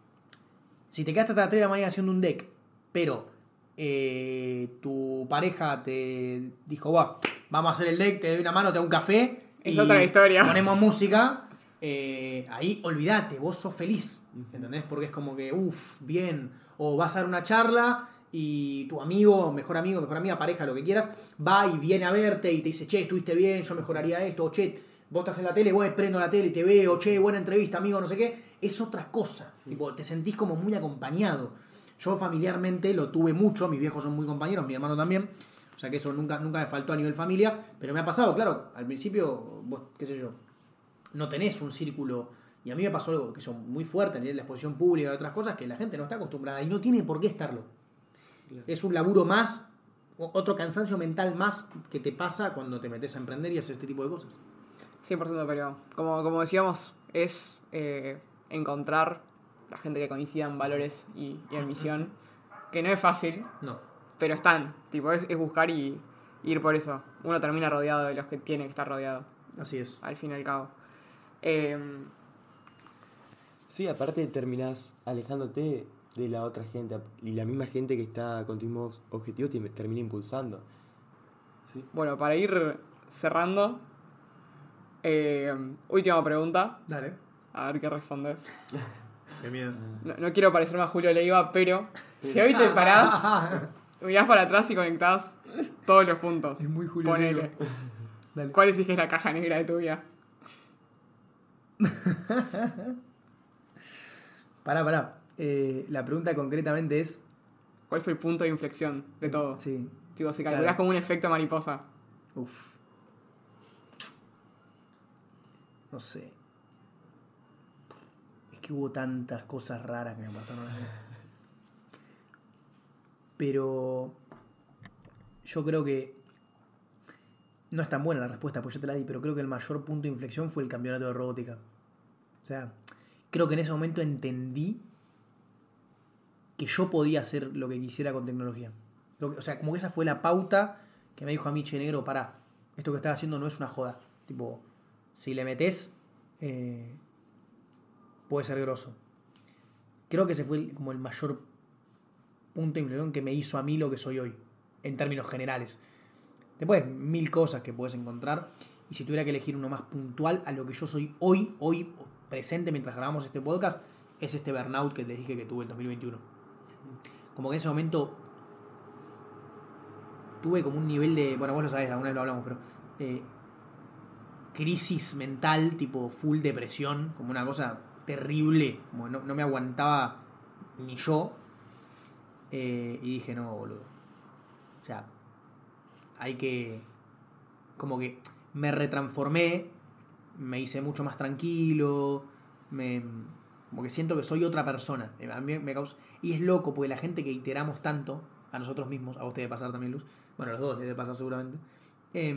si te quedaste hasta las tres de la mañana haciendo un deck, pero eh, tu pareja te dijo, va, vamos a hacer el deck, te doy una mano, te doy un café, es otra historia. Ponemos música, eh, ahí olvídate, vos sos feliz, ¿entendés? Porque es como que, uff, bien, o vas a dar una charla y tu amigo, mejor amigo, mejor amiga, pareja, lo que quieras, va y viene a verte y te dice, che, estuviste bien, yo mejoraría esto, o che, Vos estás en la tele, vos prendo la tele y te veo, che, buena entrevista, amigo, no sé qué. Es otra cosa. Sí. Tipo, te sentís como muy acompañado. Yo familiarmente lo tuve mucho, mis viejos son muy compañeros, mi hermano también. O sea que eso nunca, nunca me faltó a nivel familia. Pero me ha pasado, claro, al principio, vos, qué sé yo, no tenés un círculo. Y a mí me pasó algo que son muy fuerte a nivel de exposición pública y otras cosas que la gente no está acostumbrada y no tiene por qué estarlo. Claro. Es un laburo más, otro cansancio mental más que te pasa cuando te metes a emprender y hacer este tipo de cosas. cien por ciento, pero como, como decíamos, es eh, encontrar la gente que coincida en valores y, y en misión, que no es fácil, no. pero están, tipo, es, es buscar y, y ir por eso. Uno termina rodeado de los que tiene que estar rodeado. Así es. Al fin y al cabo. Eh, sí, aparte terminás alejándote de la otra gente y la misma gente que está con tus mismos objetivos te termina impulsando. ¿Sí? Bueno, para ir cerrando, eh, última pregunta. Dale. A ver qué respondes. Qué miedo. No, no quiero parecerme a Julio Leiva, pero si hoy te parás, mirás para atrás y conectás todos los puntos. Es muy Julio Ponele. Leiva. Dale. ¿Cuál decís que es la caja negra de tu vida? Pará, pará. Eh, la pregunta concretamente es... ¿Cuál fue el punto de inflexión de todo? Sí. Tipo, si calculás Claro. como un efecto mariposa. Uf. No sé. Es que hubo tantas cosas raras que me pasaron a mí. Pero yo creo que no es tan buena la respuesta, pues yo te la di, pero creo que el mayor punto de inflexión fue el campeonato de robótica. O sea, creo que en ese momento entendí que yo podía hacer lo que quisiera con tecnología. Creo que, o sea, como que esa fue la pauta que me dijo a mí, che, negro, pará, esto que estás haciendo no es una joda. Tipo, si le metés, eh, puede ser grosso. Creo que ese fue el, como el mayor punto de inflexión que me hizo a mí lo que soy hoy, en términos generales. Después, mil cosas que puedes encontrar. Y si tuviera que elegir uno más puntual a lo que yo soy hoy, hoy presente mientras grabamos este podcast, es este burnout que les dije que tuve en dos mil veintiuno. Como que en ese momento tuve como un nivel de... Bueno, vos lo sabés, alguna vez lo hablamos, pero... Eh, crisis mental, tipo full depresión, como una cosa terrible. Como no, no me aguantaba ni yo. Eh, y dije, no, boludo. O sea, hay que... Como que me retransformé, me hice mucho más tranquilo, me... Como que siento que soy otra persona. A mí me causa... Y es loco, porque la gente que iteramos tanto, a nosotros mismos, a vos te debe pasar también, Luz, bueno, a los dos les debe pasar seguramente, eh,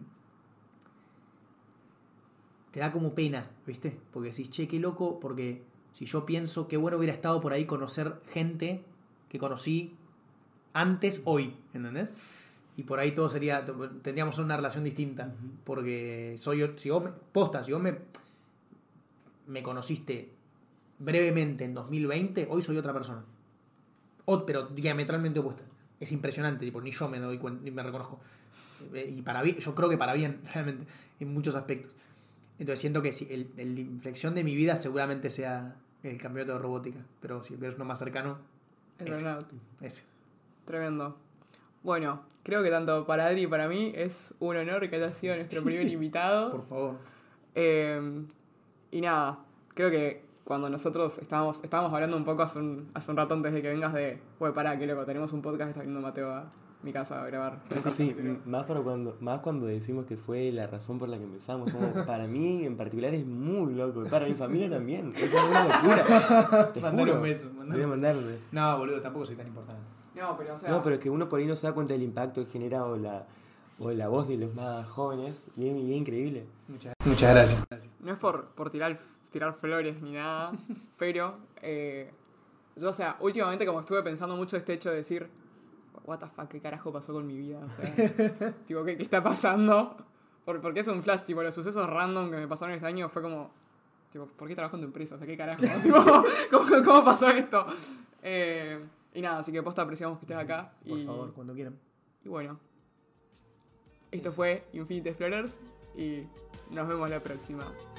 te da como pena, ¿viste? Porque decís, che, qué loco, porque si yo pienso qué bueno hubiera estado por ahí conocer gente que conocí antes, hoy, ¿entendés? Y por ahí todo sería, tendríamos una relación distinta, porque soy, si vos me, posta, si vos me, me conociste brevemente en dos mil veinte, hoy soy otra persona. O, pero diametralmente opuesta. Es impresionante, tipo, ni yo me doy cuenta, ni me reconozco. Y para bien, yo creo que para bien, realmente, en muchos aspectos. Entonces siento que si el, el, la inflexión de mi vida seguramente sea el campeonato de robótica. Pero si quieres uno más cercano, El ese. burnout. ese. Tremendo. Bueno, creo que tanto para Adri y para mí es un honor que haya sido nuestro primer invitado. Por favor. Eh, y nada, creo que cuando nosotros estábamos, estábamos hablando un poco hace un, hace un rato antes de que vengas de, güey, pará, qué loco, tenemos un podcast, está viniendo Mateo a mi casa a grabar. Sí, sí, más, para cuando, más cuando decimos que fue la razón por la que empezamos. Como para mí en particular es muy loco, para mi familia también. Es como una locura. Te Mandale juro. un beso. Mandale. Voy a mandarle. No, boludo, tampoco soy tan importante. No, pero o sea... No, pero es que uno por ahí no se da cuenta del impacto que genera o la, o la voz de los más jóvenes y es, y es increíble. Muchas, muchas gracias. gracias. No es por, por tirar, tirar flores ni nada, pero eh, yo, o sea, últimamente como estuve pensando mucho este hecho de decir, what the fuck, ¿qué carajo pasó con mi vida? O sea, tipo, ¿qué, qué está pasando? Por, porque es un flash, tipo, los sucesos random que me pasaron este año fue como, tipo, ¿por qué trabajo en tu empresa? O sea, ¿qué carajo? Tipo, ¿cómo, ¿cómo pasó esto? Eh, y nada, así que posta apreciamos que estés acá. Por y, favor, cuando quieran. Y bueno, esto fue Infinite Explorers y nos vemos la próxima.